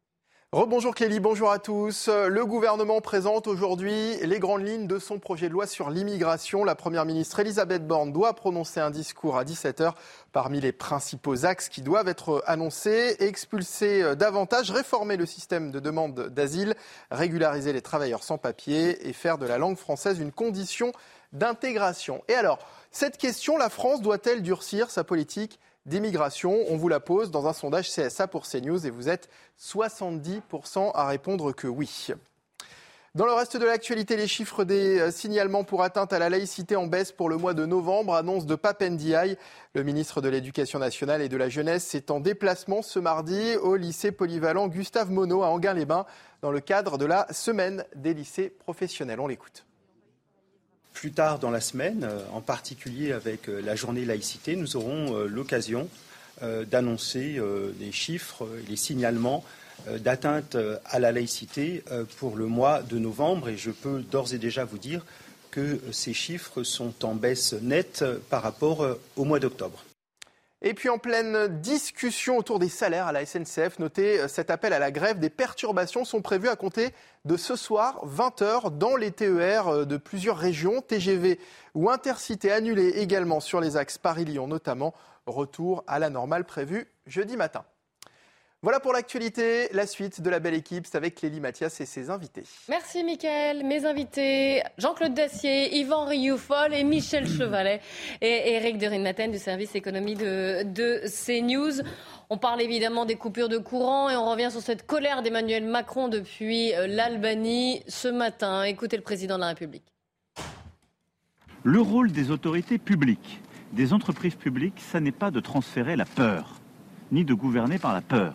Rebonjour Clélie, bonjour à tous. Le gouvernement présente aujourd'hui les grandes lignes de son projet de loi sur l'immigration. La première ministre Elisabeth Borne doit prononcer un discours à dix-sept heures. Parmi les principaux axes qui doivent être annoncés, expulser davantage, réformer le système de demande d'asile, régulariser les travailleurs sans papier et faire de la langue française une condition d'intégration. Et alors, cette question, la France doit-elle durcir sa politique d'immigration? On vous la pose dans un sondage C S A pour CNews et vous êtes soixante-dix pour cent à répondre que oui. Dans le reste de l'actualité, les chiffres des signalements pour atteinte à la laïcité en baisse pour le mois de novembre, annonce de Pap Ndiaye. Le ministre de l'Éducation nationale et de la Jeunesse est en déplacement ce mardi au lycée polyvalent Gustave Monod à Enghien-les-Bains dans le cadre de la semaine des lycées professionnels. On l'écoute. Plus tard dans la semaine, en particulier avec la journée laïcité, nous aurons l'occasion d'annoncer les chiffres, les signalements d'atteinte à la laïcité pour le mois de novembre. Et je peux d'ores et déjà vous dire que ces chiffres sont en baisse nette par rapport au mois d'octobre. Et puis en pleine discussion autour des salaires à la S N C F, notez cet appel à la grève. Des perturbations sont prévues à compter de ce soir, vingt heures, dans les T E R de plusieurs régions. T G V ou Intercités annulés également sur les axes Paris-Lyon notamment. Retour à la normale prévu jeudi matin. Voilà pour l'actualité. La suite de la belle équipe, c'est avec Clélie Mathias et ses invités. Merci Mickaël. Mes invités, Jean-Claude Dacier, Yvan Rioufol et Michel Chevalet et Éric de Rinmaten du service économie de, de CNews. On parle évidemment des coupures de courant et on revient sur cette colère d'Emmanuel Macron depuis l'Albanie ce matin. Écoutez le président de la République. Le rôle des autorités publiques, des entreprises publiques, ça n'est pas de transférer la peur, ni de gouverner par la peur.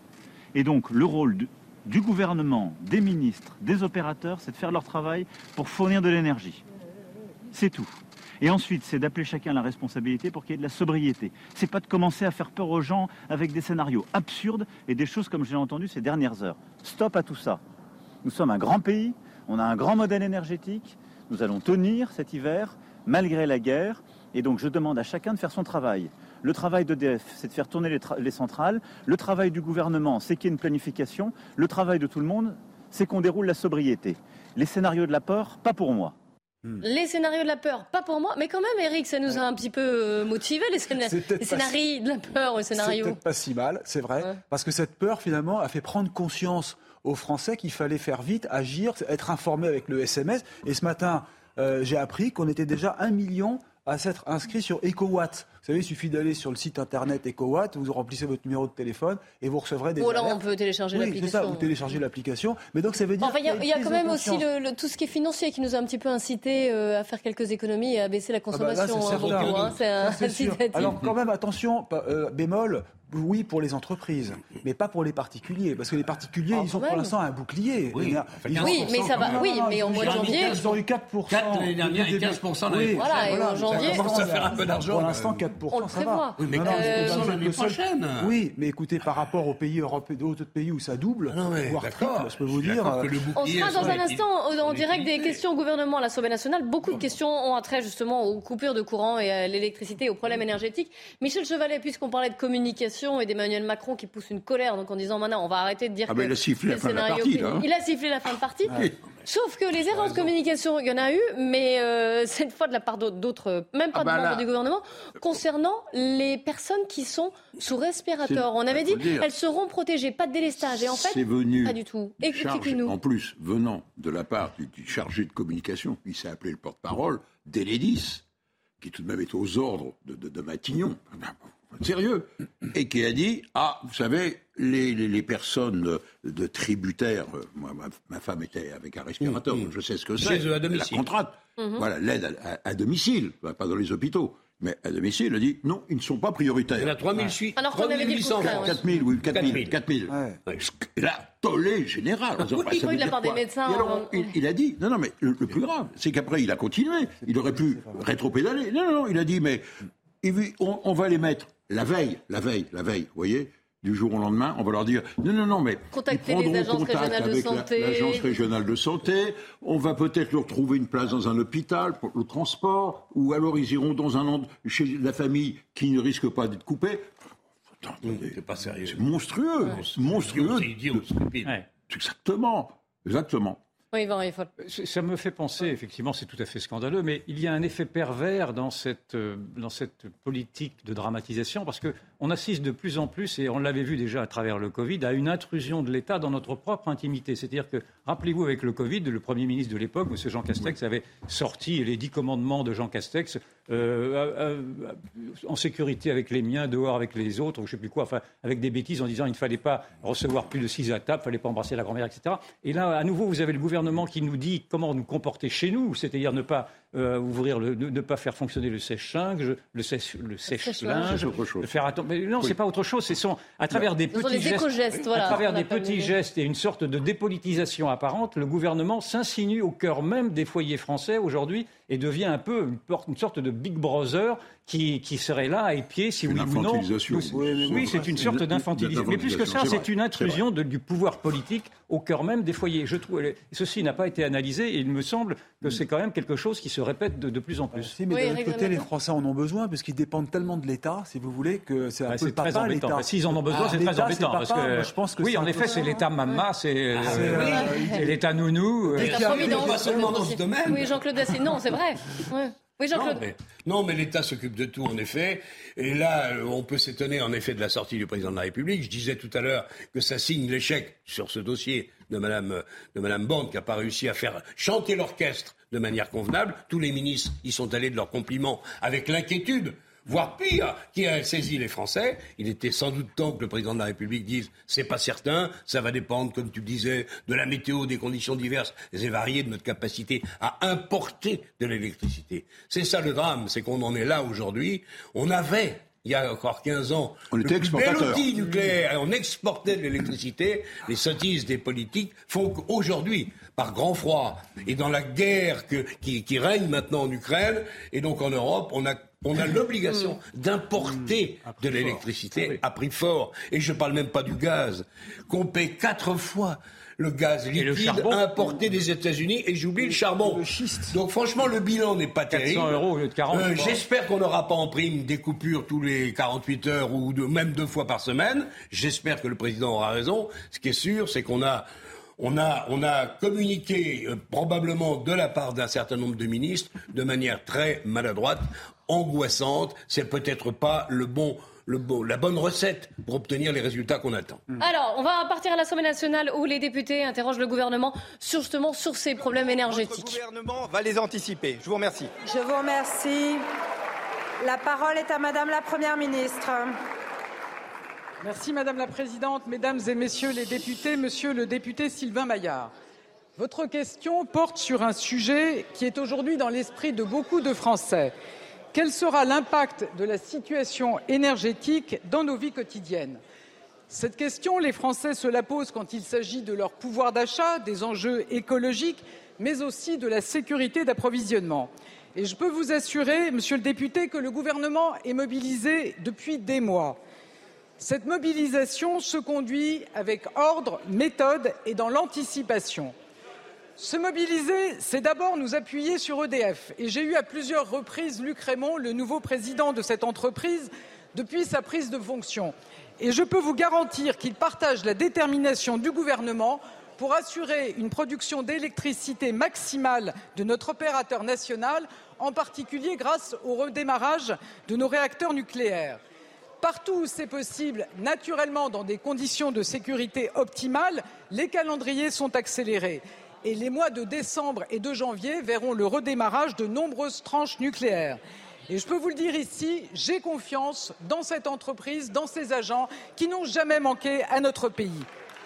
Et donc, le rôle du, du gouvernement, des ministres, des opérateurs, c'est de faire leur travail pour fournir de l'énergie. C'est tout. Et ensuite, c'est d'appeler chacun à la responsabilité pour qu'il y ait de la sobriété. C'est pas de commencer à faire peur aux gens avec des scénarios absurdes et des choses comme j'ai entendu ces dernières heures. Stop à tout ça. Nous sommes un grand pays, on a un grand modèle énergétique, nous allons tenir cet hiver, malgré la guerre, et donc je demande à chacun de faire son travail. Le travail d'E D F, c'est de faire tourner les, tra- les centrales. Le travail du gouvernement, c'est qu'il y ait une planification. Le travail de tout le monde, c'est qu'on déroule la sobriété. Les scénarios de la peur, pas pour moi. Les scénarios de la peur, pas pour moi, mais quand même, Eric, ça nous a un petit peu motivés, les, scénar- les scénarios si... de la peur, les scénarios. C'est peut-être pas si mal, c'est vrai, ouais. Parce que cette peur, finalement, a fait prendre conscience aux Français qu'il fallait faire vite, agir, être informé avec le S M S. Et ce matin, euh, j'ai appris qu'on était déjà un million à s'être inscrit sur EcoWatt. Vous savez, il suffit d'aller sur le site internet EcoWatt, vous remplissez votre numéro de téléphone et vous recevrez des Ou alors alertes. on peut télécharger oui, l'application. C'est ça, vous téléchargez l'application. Mais donc ça veut dire enfin, il y a, qu'il y a quand même aussi le, le, tout ce qui est financier qui nous a un petit peu incité euh, à faire quelques économies et à baisser la consommation. Ah bah là, c'est, hein, c'est un c'est sûr. Alors quand même, attention, euh, bémol, oui pour les entreprises, mais pas pour les particuliers. Parce que les particuliers, oh, ils ont pour l'instant un bouclier. Oui, ils oui mais ça va. Oui, mais au mois de janvier. Ils ont eu quatre pour cent. quatre l'année dernière et quinze pour cent l'année prochaine. Voilà, et en janvier. Ça commence à faire un peu d'argent. Pour l'instant, quatre pour cent, ça va. Oui, mais quinze pour cent l'année prochaine. Oui, mais écoutez, par rapport aux pays européens, d'autres pays où ça double, voire triple, je peux vous dire. On sera dans un instant en direct des questions au gouvernement à l'Assemblée nationale. Beaucoup de questions ont attrait justement aux coupures de courant et à l'électricité, aux problèmes énergétiques. Michel Chevalet, puisqu'on parlait de communication et d'Emmanuel Macron qui pousse une colère, donc en disant maintenant on va arrêter de dire ah que ben il a sifflé la fin de la partie, là, hein. Il a sifflé la fin de partie. Ouais. Sauf que les erreurs de communication, il y en a eu, mais euh, cette fois de la part d'autres, même pas ah bah de membres du gouvernement, concernant les personnes qui sont sous respirateur. On avait dit elles seront protégées, pas de délestage. Et en fait, venu pas du tout. Expliquez-nous. En plus, venant de la part du, du chargé de communication, il s'est appelé le porte-parole d'Enedis, qui tout de même est aux ordres de, de, de Matignon. Sérieux, et qui a dit ah vous savez les, les, les personnes de tributaires, moi ma, ma femme était avec un respirateur, mmh, donc je sais ce que c'est. Chez eux à domicile. La contrainte, mmh. Voilà l'aide à, à, à domicile, pas dans les hôpitaux, mais à domicile. Il a dit non, ils ne sont pas prioritaires. Il y en a trois mille huit cents. quatre mille, oui, quatre mille, quatre mille. Ouais. Et là, tollé général. Oui, il faut de la part des médecins. Alors, il, il a dit non, non, mais le, le plus grave, c'est qu'après il a continué. Il aurait pu rétro-pédaler. Non, non, non, il a dit mais on, on va les mettre. La veille, la veille, la veille, vous voyez, du jour au lendemain, on va leur dire non, non, non, mais contactez ils les agences contact régionales de avec santé. La, l'agence régionale de santé. On va peut-être leur trouver une place dans un hôpital pour le transport, ou alors ils iront dans un endroit chez la famille qui ne risque pas d'être coupée. C'est pas sérieux. C'est monstrueux, Ouais. monstrueux. C'est idiot, c'est stupide. Ouais. Exactement, exactement. Oui, Yvan Rieffol. Ça me fait penser, effectivement, c'est tout à fait scandaleux, mais il y a un effet pervers dans cette, euh, dans cette politique de dramatisation, parce qu'on assiste de plus en plus, et on l'avait vu déjà à travers le Covid, à une intrusion de l'État dans notre propre intimité. C'est-à-dire que, rappelez-vous, avec le Covid, le Premier ministre de l'époque, M. Jean Castex, avait sorti les dix commandements de Jean Castex, euh, euh, euh, en sécurité avec les miens, dehors avec les autres, ou je ne sais plus quoi, enfin, avec des bêtises en disant qu'il ne fallait pas recevoir plus de six à table, il ne fallait pas embrasser la grand-mère, et cetera. Et là, à nouveau, vous avez le gouvernement qui nous dit comment nous comporter chez nous, c'est-à-dire ne pas euh, ouvrir, le, ne, ne pas faire fonctionner le sèche-linge, le sèche, le sèche-linge, sèche-linge. faire attention. Mais non, oui. c'est pas autre chose. Ce sont à travers des Ce sont petits les gestes, éco-gestes, voilà, à travers on des appelle petits les- gestes et une sorte de dépolitisation apparente, le gouvernement s'insinue au cœur même des foyers français aujourd'hui et devient un peu une, porte, une sorte de Big Brother qui, qui serait là à épier, si Une oui ou non. infantilisation. Nous- Oui, oui, c'est une sorte d'infantilisation. Mais plus que ça, C'est vrai, c'est une c'est intrusion de- du pouvoir politique au cœur même des foyers. Je trouve, ceci n'a pas été analysé et il me semble que c'est quand même quelque chose qui se répète de, de plus en plus. Si, mais Oui, d'un autre Eric côté, les Zemmour. Français en ont besoin, parce qu'ils dépendent tellement de l'État, si vous voulez, que c'est un Ah, peu c'est le très papa, embêtant. l'État. Bah, S'ils en ont besoin, Ah, c'est très l'État, embêtant. c'est Parce papa. que, Moi, je pense que oui, c'est en un effet, peu c'est ça. l'État mama, c'est euh, C'est, euh, c'est l'État nounou. euh, L'État qui arrive, providence. pas seulement dans ce domaine. Oui, Jean-Claude Dacier. Non, c'est vrai. Ouais. Oui, Non Jean-Claude. mais, non, mais l'État s'occupe de tout, en effet. Et là, euh, on peut s'étonner, en effet, de la sortie du président de la République. Je disais tout à l'heure que ça signe l'échec sur ce dossier de Madame, de Madame Borne, qui n'a pas réussi à faire chanter l'orchestre de manière convenable. Tous les ministres y sont allés de leurs compliments avec l'inquiétude, voire pire, qui a saisi les Français. Il était sans doute temps que le président de la République dise « c'est pas certain, ça va dépendre, comme tu le disais, de la météo, des conditions diverses et variées, de notre capacité à importer de l'électricité ». C'est ça le drame, c'est qu'on en est là aujourd'hui. On avait... Il y a encore quinze ans, On le était plus bel exportateur. outil nucléaire, et on exportait de l'électricité. Les sottises des politiques font qu'aujourd'hui, par grand froid, et dans la guerre que, qui, qui règne maintenant en Ukraine, et donc en Europe, on a on a l'obligation d'importer de l'électricité à prix fort. Et je ne parle même pas du gaz, qu'on paie quatre fois le gaz Et le liquide charbon. importé des États-Unis, et j'oublie le charbon. Donc franchement, le bilan n'est pas quatre cents terrible. euros au lieu de quarante. Euh, je crois. J'espère qu'on n'aura pas en prime des coupures tous les quarante-huit heures ou de, même deux fois par semaine. J'espère que le président aura raison. Ce qui est sûr, c'est qu'on a On a, on a communiqué euh, probablement de la part d'un certain nombre de ministres de manière très maladroite, angoissante. C'est peut-être pas le bon, le bon, la bonne recette pour obtenir les résultats qu'on attend. Alors, on va partir à l'Assemblée nationale où les députés interrogent le gouvernement sur, justement sur ces problèmes énergétiques. Le gouvernement va les anticiper. Je vous remercie. Je vous remercie. La parole est à Madame la Première ministre. Merci Madame la Présidente, Mesdames et Messieurs les députés, Monsieur le député Sylvain Maillard. Votre question porte sur un sujet qui est aujourd'hui dans l'esprit de beaucoup de Français. Quel sera l'impact de la situation énergétique dans nos vies quotidiennes ? Cette question, les Français se la posent quand il s'agit de leur pouvoir d'achat, des enjeux écologiques, mais aussi de la sécurité d'approvisionnement. Et je peux vous assurer, Monsieur le député, que le gouvernement est mobilisé depuis des mois. Cette mobilisation se conduit avec ordre, méthode et dans l'anticipation. Se mobiliser, c'est d'abord nous appuyer sur E D F. Et j'ai eu à plusieurs reprises Luc Rémont, le nouveau président de cette entreprise, depuis sa prise de fonction. Et je peux vous garantir qu'il partage la détermination du gouvernement pour assurer une production d'électricité maximale de notre opérateur national, en particulier grâce au redémarrage de nos réacteurs nucléaires. Partout où c'est possible, naturellement dans des conditions de sécurité optimales, les calendriers sont accélérés. Et les mois de décembre et de janvier verront le redémarrage de nombreuses tranches nucléaires. Et je peux vous le dire ici, j'ai confiance dans cette entreprise, dans ses agents qui n'ont jamais manqué à notre pays.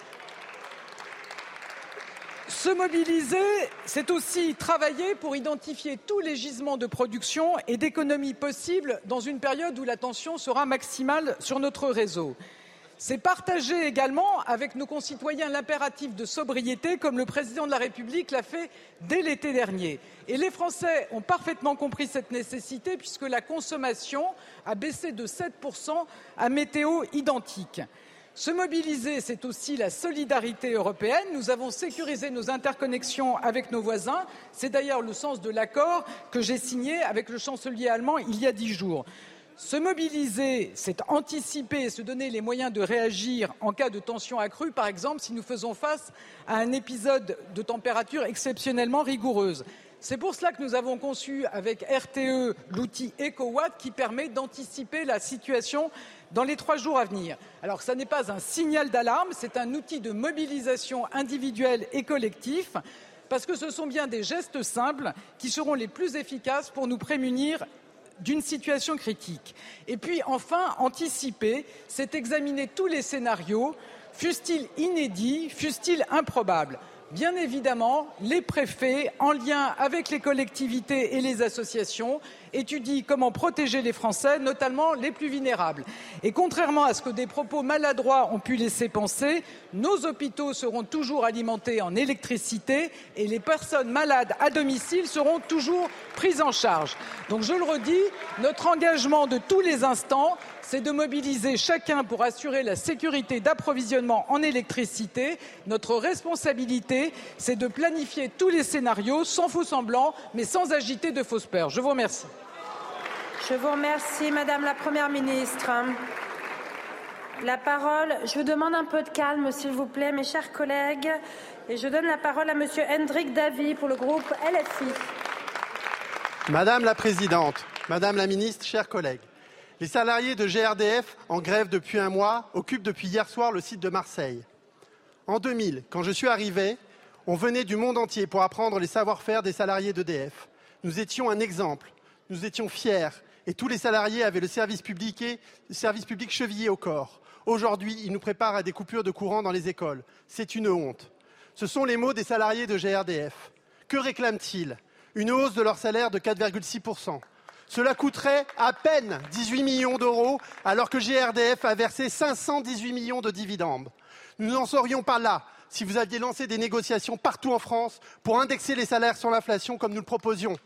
Se mobiliser, c'est aussi travailler pour identifier tous les gisements de production et d'économie possibles dans une période où la tension sera maximale sur notre réseau. C'est partager également avec nos concitoyens l'impératif de sobriété, comme le président de la République l'a fait dès l'été dernier. Et les Français ont parfaitement compris cette nécessité puisque la consommation a baissé de sept pour cent à météo identique. Se mobiliser, c'est aussi la solidarité européenne. Nous avons sécurisé nos interconnexions avec nos voisins. C'est d'ailleurs le sens de l'accord que j'ai signé avec le chancelier allemand il y a dix jours. Se mobiliser, c'est anticiper et se donner les moyens de réagir en cas de tension accrue, par exemple si nous faisons face à un épisode de température exceptionnellement rigoureuse. C'est pour cela que nous avons conçu avec R T E l'outil EcoWatt qui permet d'anticiper la situation dans les trois jours à venir. Alors ça n'est pas un signal d'alarme, c'est un outil de mobilisation individuelle et collectif, parce que ce sont bien des gestes simples qui seront les plus efficaces pour nous prémunir d'une situation critique. Et puis enfin, anticiper, c'est examiner tous les scénarios, fussent-ils inédits, fussent-ils improbables. Bien évidemment, les préfets, en lien avec les collectivités et les associations, étudient comment protéger les Français, notamment les plus vulnérables. Et contrairement à ce que des propos maladroits ont pu laisser penser, nos hôpitaux seront toujours alimentés en électricité et les personnes malades à domicile seront toujours prises en charge. Donc je le redis, notre engagement de tous les instants, c'est de mobiliser chacun pour assurer la sécurité d'approvisionnement en électricité. Notre responsabilité, c'est de planifier tous les scénarios sans faux semblants, mais sans agiter de fausses peurs. Je vous remercie. Je vous remercie, Madame la Première ministre. La parole, je vous demande un peu de calme, s'il vous plaît, mes chers collègues. Et je donne la parole à Monsieur Hendrik Davy pour le groupe L F I. Madame la Présidente, Madame la Ministre, chers collègues, les salariés de G R D F, en grève depuis un mois, occupent depuis hier soir le site de Marseille. En deux mille, quand je suis arrivé, on venait du monde entier pour apprendre les savoir-faire des salariés d'E D F. Nous étions un exemple, nous étions fiers, et tous les salariés avaient le service public, et, le service public chevillé au corps. Aujourd'hui, ils nous préparent à des coupures de courant dans les écoles. C'est une honte. Ce sont les mots des salariés de G R D F. Que réclament-ils? Une hausse de leur salaire de quatre virgule six pour cent. Cela coûterait à peine dix-huit millions d'euros, alors que G R D F a versé cinq cent dix-huit millions de dividendes. Nous n'en serions pas là si vous aviez lancé des négociations partout en France pour indexer les salaires sur l'inflation comme nous le proposions.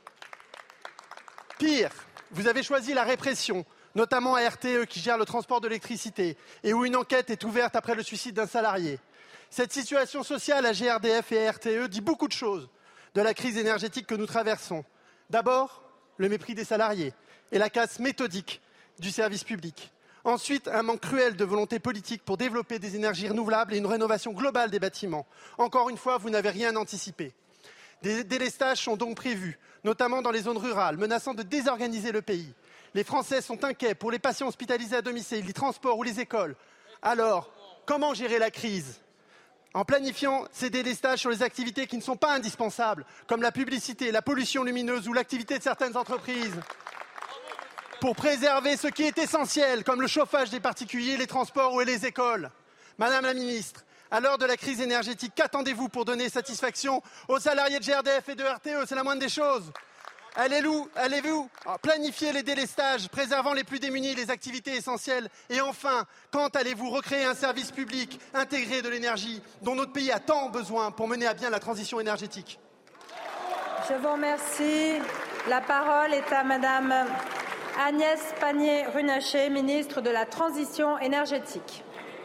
Pire, vous avez choisi la répression, notamment à R T E qui gère le transport de l'électricité et où une enquête est ouverte après le suicide d'un salarié. Cette situation sociale à G R D F et à R T E dit beaucoup de choses de la crise énergétique que nous traversons. D'abord, le mépris des salariés et la casse méthodique du service public. Ensuite, un manque cruel de volonté politique pour développer des énergies renouvelables et une rénovation globale des bâtiments. Encore une fois, vous n'avez rien anticipé. Des délestages sont donc prévus, notamment dans les zones rurales, menaçant de désorganiser le pays. Les Français sont inquiets pour les patients hospitalisés à domicile, les transports ou les écoles. Alors, comment gérer la crise ? En planifiant ces délestages sur les activités qui ne sont pas indispensables, comme la publicité, la pollution lumineuse ou l'activité de certaines entreprises, pour préserver ce qui est essentiel, comme le chauffage des particuliers, les transports ou les écoles. Madame la Ministre, à l'heure de la crise énergétique, qu'attendez-vous pour donner satisfaction aux salariés de G R D F et de R T E? C'est la moindre des choses. Allez-vous, allez-vous planifier les délestages, préservant les plus démunis, les activités essentielles? Et enfin, quand allez-vous recréer un service public intégré de l'énergie dont notre pays a tant besoin pour mener à bien la transition énergétique? Je vous remercie. La parole est à Madame Agnès Pannier-Runacher, ministre de la Transition énergétique.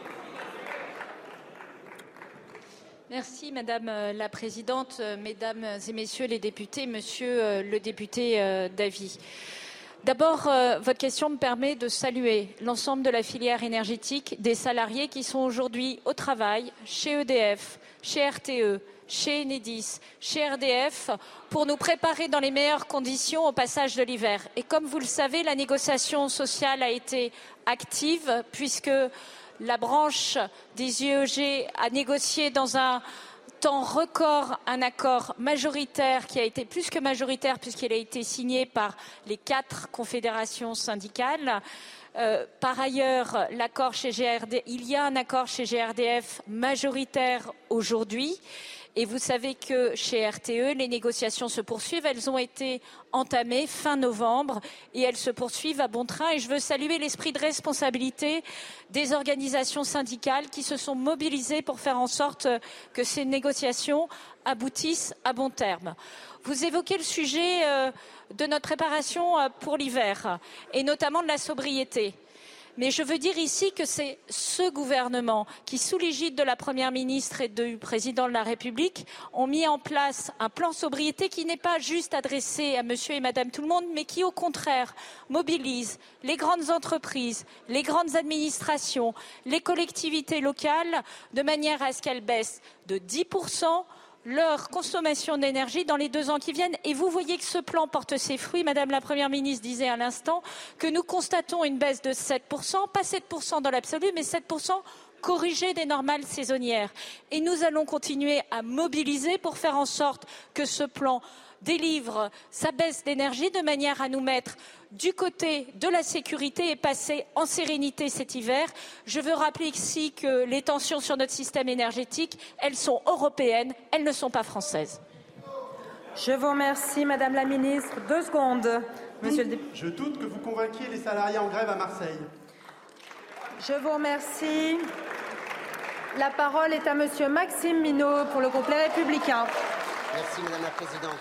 Merci Madame la Présidente, Mesdames et Messieurs les députés, Monsieur le député Davy. D'abord, votre question me permet de saluer l'ensemble de la filière énergétique, des salariés qui sont aujourd'hui au travail, chez E D F, chez R T E, chez Enedis, chez R D F, pour nous préparer dans les meilleures conditions au passage de l'hiver. Et comme vous le savez, la négociation sociale a été active puisque la branche des U E G a négocié dans un temps record un accord majoritaire qui a été plus que majoritaire puisqu'il a été signé par les quatre confédérations syndicales. Euh, par ailleurs, l'accord chez G R D, il y a un accord chez G R D F majoritaire aujourd'hui. Et vous savez que chez R T E, les négociations se poursuivent. Elles ont été entamées fin novembre et elles se poursuivent à bon train. Et je veux saluer l'esprit de responsabilité des organisations syndicales qui se sont mobilisées pour faire en sorte que ces négociations aboutissent à bon terme. Vous évoquez le sujet de notre préparation pour l'hiver et notamment de la sobriété. Mais je veux dire ici que c'est ce gouvernement qui, sous l'égide de la Première ministre et du Président de la République, ont mis en place un plan sobriété qui n'est pas juste adressé à monsieur et madame tout le monde, mais qui, au contraire, mobilise les grandes entreprises, les grandes administrations, les collectivités locales, de manière à ce qu'elles baissent de dix pour cent leur consommation d'énergie dans les deux ans qui viennent. Et vous voyez que ce plan porte ses fruits. Madame la Première ministre disait à l'instant que nous constatons une baisse de sept pour cent, pas sept pour cent dans l'absolu, mais sept pour cent corrigé des normales saisonnières. Et nous allons continuer à mobiliser pour faire en sorte que ce plan délivre sa baisse d'énergie de manière à nous mettre du côté de la sécurité et passer en sérénité cet hiver. Je veux rappeler ici que les tensions sur notre système énergétique, elles sont européennes, elles ne sont pas françaises. Je vous remercie, Madame la Ministre. Deux secondes. Monsieur le député. Je doute que vous convainquiez les salariés en grève à Marseille. Je vous remercie. La parole est à Monsieur Maxime Minot pour le groupe Les Républicains. Merci, Madame la Présidente.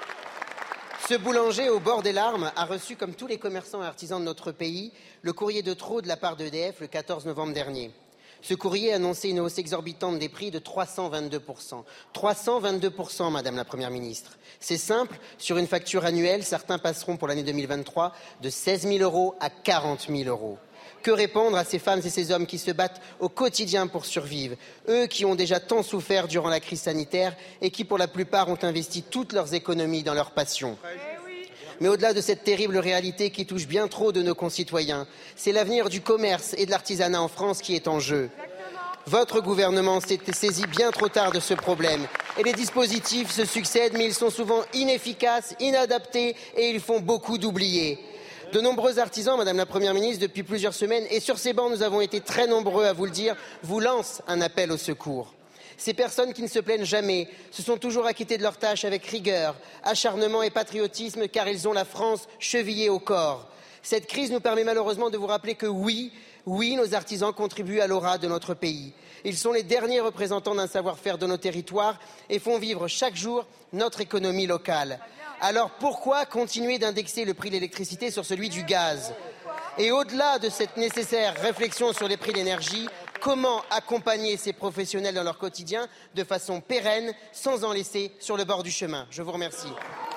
Ce boulanger au bord des larmes a reçu, comme tous les commerçants et artisans de notre pays, le courrier de trop de la part d'E D F le quatorze novembre dernier. Ce courrier annonçait une hausse exorbitante des prix de trois cent vingt-deux pour cent. trois cent vingt-deux pour cent, Madame la Première ministre. C'est simple, sur une facture annuelle, certains passeront pour l'année deux mille vingt-trois de seize mille euros à quarante mille euros. Que répondre à ces femmes et ces hommes qui se battent au quotidien pour survivre, eux qui ont déjà tant souffert durant la crise sanitaire et qui, pour la plupart, ont investi toutes leurs économies dans leur passion. Mais au-delà de cette terrible réalité qui touche bien trop de nos concitoyens, c'est l'avenir du commerce et de l'artisanat en France qui est en jeu. Votre gouvernement s'est saisi bien trop tard de ce problème et les dispositifs se succèdent, mais ils sont souvent inefficaces, inadaptés et ils font beaucoup d'oubliés. De nombreux artisans, Madame la Première ministre, depuis plusieurs semaines, et sur ces bancs, nous avons été très nombreux à vous le dire, vous lancent un appel au secours. Ces personnes qui ne se plaignent jamais se sont toujours acquittées de leurs tâches avec rigueur, acharnement et patriotisme, car ils ont la France chevillée au corps. Cette crise nous permet malheureusement de vous rappeler que oui, oui, nos artisans contribuent à l'aura de notre pays. Ils sont les derniers représentants d'un savoir-faire de nos territoires et font vivre chaque jour notre économie locale. Alors pourquoi continuer d'indexer le prix de l'électricité sur celui du gaz? Et au-delà de cette nécessaire réflexion sur les prix de l'énergie, comment accompagner ces professionnels dans leur quotidien de façon pérenne, sans en laisser sur le bord du chemin? Je vous remercie.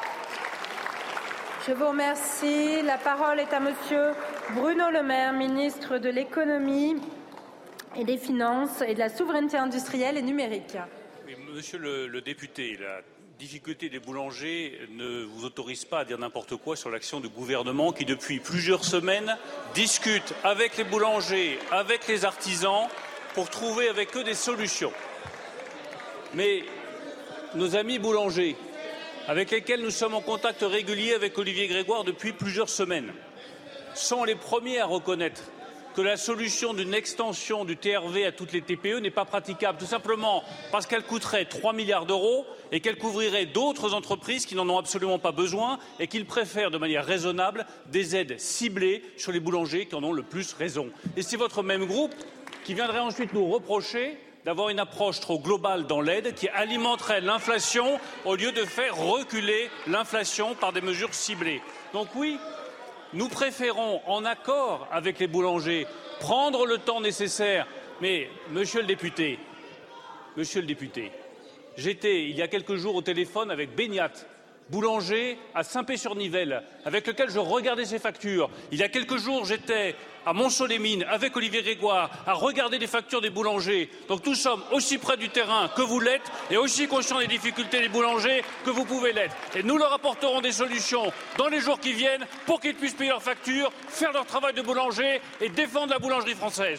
Je vous remercie. La parole est à Monsieur Bruno Le Maire, ministre de l'Économie et des Finances et de la Souveraineté industrielle et numérique. Oui, monsieur le, le député, la difficulté des boulangers ne vous autorise pas à dire n'importe quoi sur l'action du gouvernement qui, depuis plusieurs semaines, discute avec les boulangers, avec les artisans, pour trouver avec eux des solutions. Mais nos amis boulangers, avec lesquels nous sommes en contact régulier avec Olivier Grégoire depuis plusieurs semaines, sont les premiers à reconnaître que la solution d'une extension du T R V à toutes les T P E n'est pas praticable, tout simplement parce qu'elle coûterait trois milliards d'euros et qu'elle couvrirait d'autres entreprises qui n'en ont absolument pas besoin et qu'ils préfèrent de manière raisonnable des aides ciblées sur les boulangers qui en ont le plus raison. Et c'est votre même groupe qui viendrait ensuite nous reprocher d'avoir une approche trop globale dans l'aide qui alimenterait l'inflation au lieu de faire reculer l'inflation par des mesures ciblées. Donc oui, nous préférons, en accord avec les boulangers, prendre le temps nécessaire. Mais, monsieur le député, monsieur le député, j'étais il y a quelques jours au téléphone avec Beignat, boulanger à Saint-Pé-sur-Nivelle, avec lequel je regardais ses factures. Il y a quelques jours, j'étais à Mont-Solémine avec Olivier Grégoire à regarder les factures des boulangers. Donc nous sommes aussi près du terrain que vous l'êtes et aussi conscients des difficultés des boulangers que vous pouvez l'être. Et nous leur apporterons des solutions dans les jours qui viennent pour qu'ils puissent payer leurs factures, faire leur travail de boulanger et défendre la boulangerie française.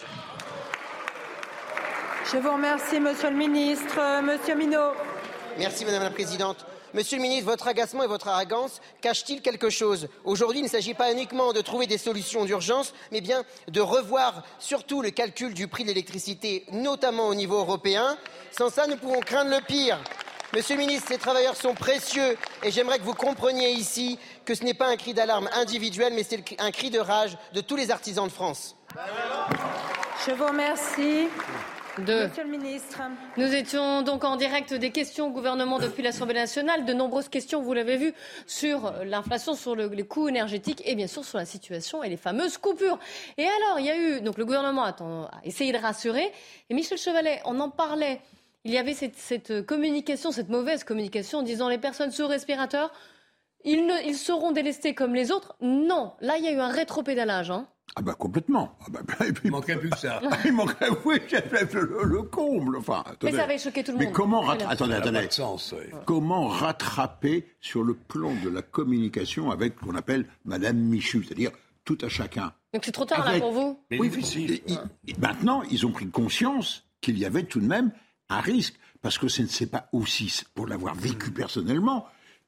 Je vous remercie, Monsieur le Ministre. Monsieur Minot. Merci, Madame la Présidente. Monsieur le ministre, votre agacement et votre arrogance cachent-ils quelque chose? Aujourd'hui, il ne s'agit pas uniquement de trouver des solutions d'urgence, mais bien de revoir surtout le calcul du prix de l'électricité, notamment au niveau européen. Sans ça, nous pouvons craindre le pire. Monsieur le ministre, ces travailleurs sont précieux et j'aimerais que vous compreniez ici que ce n'est pas un cri d'alarme individuel, mais c'est un cri de rage de tous les artisans de France. Je vous remercie. Deux. Monsieur le ministre. Nous étions donc en direct des questions au gouvernement depuis l'Assemblée nationale. De nombreuses questions, vous l'avez vu, sur l'inflation, sur le, les coûts énergétiques et bien sûr sur la situation et les fameuses coupures. Et alors, il y a eu, donc le gouvernement a, a essayé de rassurer. Et Michel Chevalet, on en parlait. Il y avait cette, cette communication, cette mauvaise communication en disant les personnes sous respirateur, ils, ne, ils seront délestés comme les autres. Non, là, il y a eu un rétropédalage, hein. Ah bah complètement. Ah bah, et puis, il manquait plus que ça. il manquait, oui, le, le comble. Enfin, mais ça avait choqué tout le mais monde. Comment rattra- attendez, attendez. Sens, oui. Comment rattraper sur le plan de la communication avec ce qu'on appelle Madame Michu, c'est-à-dire tout à chacun. Donc c'est trop tard avec... là pour vous. Mais oui, difficile. Et, et, maintenant, ils ont pris conscience qu'il y avait tout de même un risque, parce que ce n'est pas aussi, pour l'avoir vécu personnellement,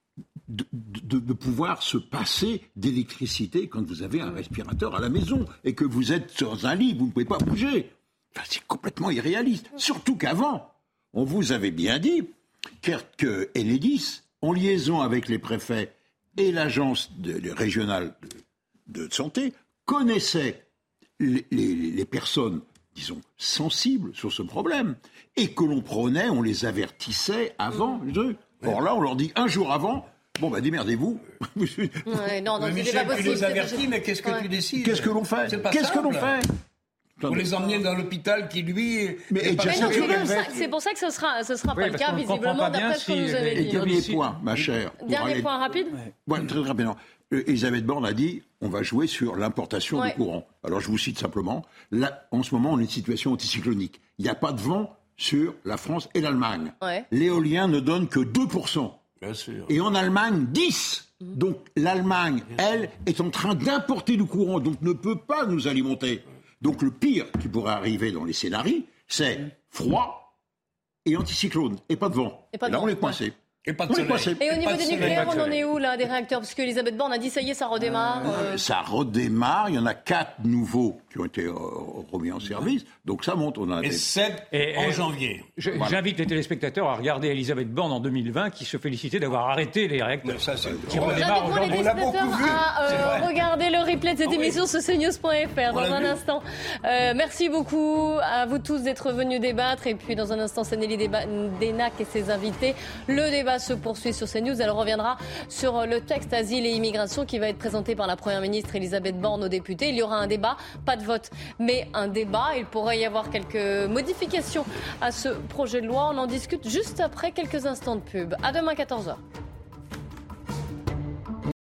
De, de, de pouvoir se passer d'électricité quand vous avez un respirateur à la maison et que vous êtes dans un lit, vous ne pouvez pas bouger. Enfin, c'est complètement irréaliste. Surtout qu'avant, on vous avait bien dit que Enedis, en liaison avec les préfets et l'agence de, de, régionale de, de santé, connaissait les, les, les personnes, disons, sensibles sur ce problème et que l'on prenait, on les avertissait avant. Mmh. Or là, on leur dit un jour avant, bon, bah démerdez-vous. Ouais, non, non, mais Michel, tu les avertis, mais qu'est-ce que ouais. tu décides? Qu'est-ce que l'on fait? C'est pas Qu'est-ce simple. que l'on fait? Pour les emmener dans l'hôpital qui, lui... Mais, est pas mais non, c'est, pour ça, c'est pour ça que ce ne sera, ce sera oui, pas le cas, visiblement, d'après ce que vous avez dit. Et dernier point, ma chère. Dernier aller... point rapide ouais. Ouais, très rapidement. Elisabeth Borne a dit, on va jouer sur l'importation ouais. de courant. Alors, je vous cite simplement. Là, en ce moment, on a une situation anticyclonique. Il n'y a pas de vent sur la France et l'Allemagne. Ouais. L'éolien ne donne que deux pour cent. Bien sûr. Et en Allemagne, dix. Mmh. Donc l'Allemagne, elle, est en train d'importer du courant, donc ne peut pas nous alimenter. Donc le pire qui pourrait arriver dans les scénarios, c'est froid et anticyclone, et pas de vent. Et pas de et là, vent. on est coincé. Et pas de soleil. Et au niveau des nucléaires, on en est où, là, des réacteurs? Parce qu'Elisabeth Borne a dit, ça y est, ça redémarre. Euh, ça redémarre. Il y en a quatre nouveaux qui ont été euh, remis en service. Donc ça monte. On a et des... sept et, en et, janvier. Je, voilà. J'invite les téléspectateurs à regarder Elisabeth Borne en deux mille vingt qui se félicitait d'avoir arrêté les réacteurs. Ça, c'est qui redémarrent aujourd'hui. On l'a beaucoup vu. À euh, regarder le replay de cette ah, émission oui. sur c news point f r dans un vu. instant. Euh, merci beaucoup à vous tous d'être venus débattre. Et puis dans un instant, c'est Nelly Denac et ses invités. Le débat se poursuit sur CNews. Elle reviendra sur le texte asile et immigration qui va être présenté par la Première ministre Elisabeth Borne aux députés. Il y aura un débat, pas de vote, mais un débat. Il pourrait y avoir quelques modifications à ce projet de loi. On en discute juste après quelques instants de pub. À demain quatorze heures.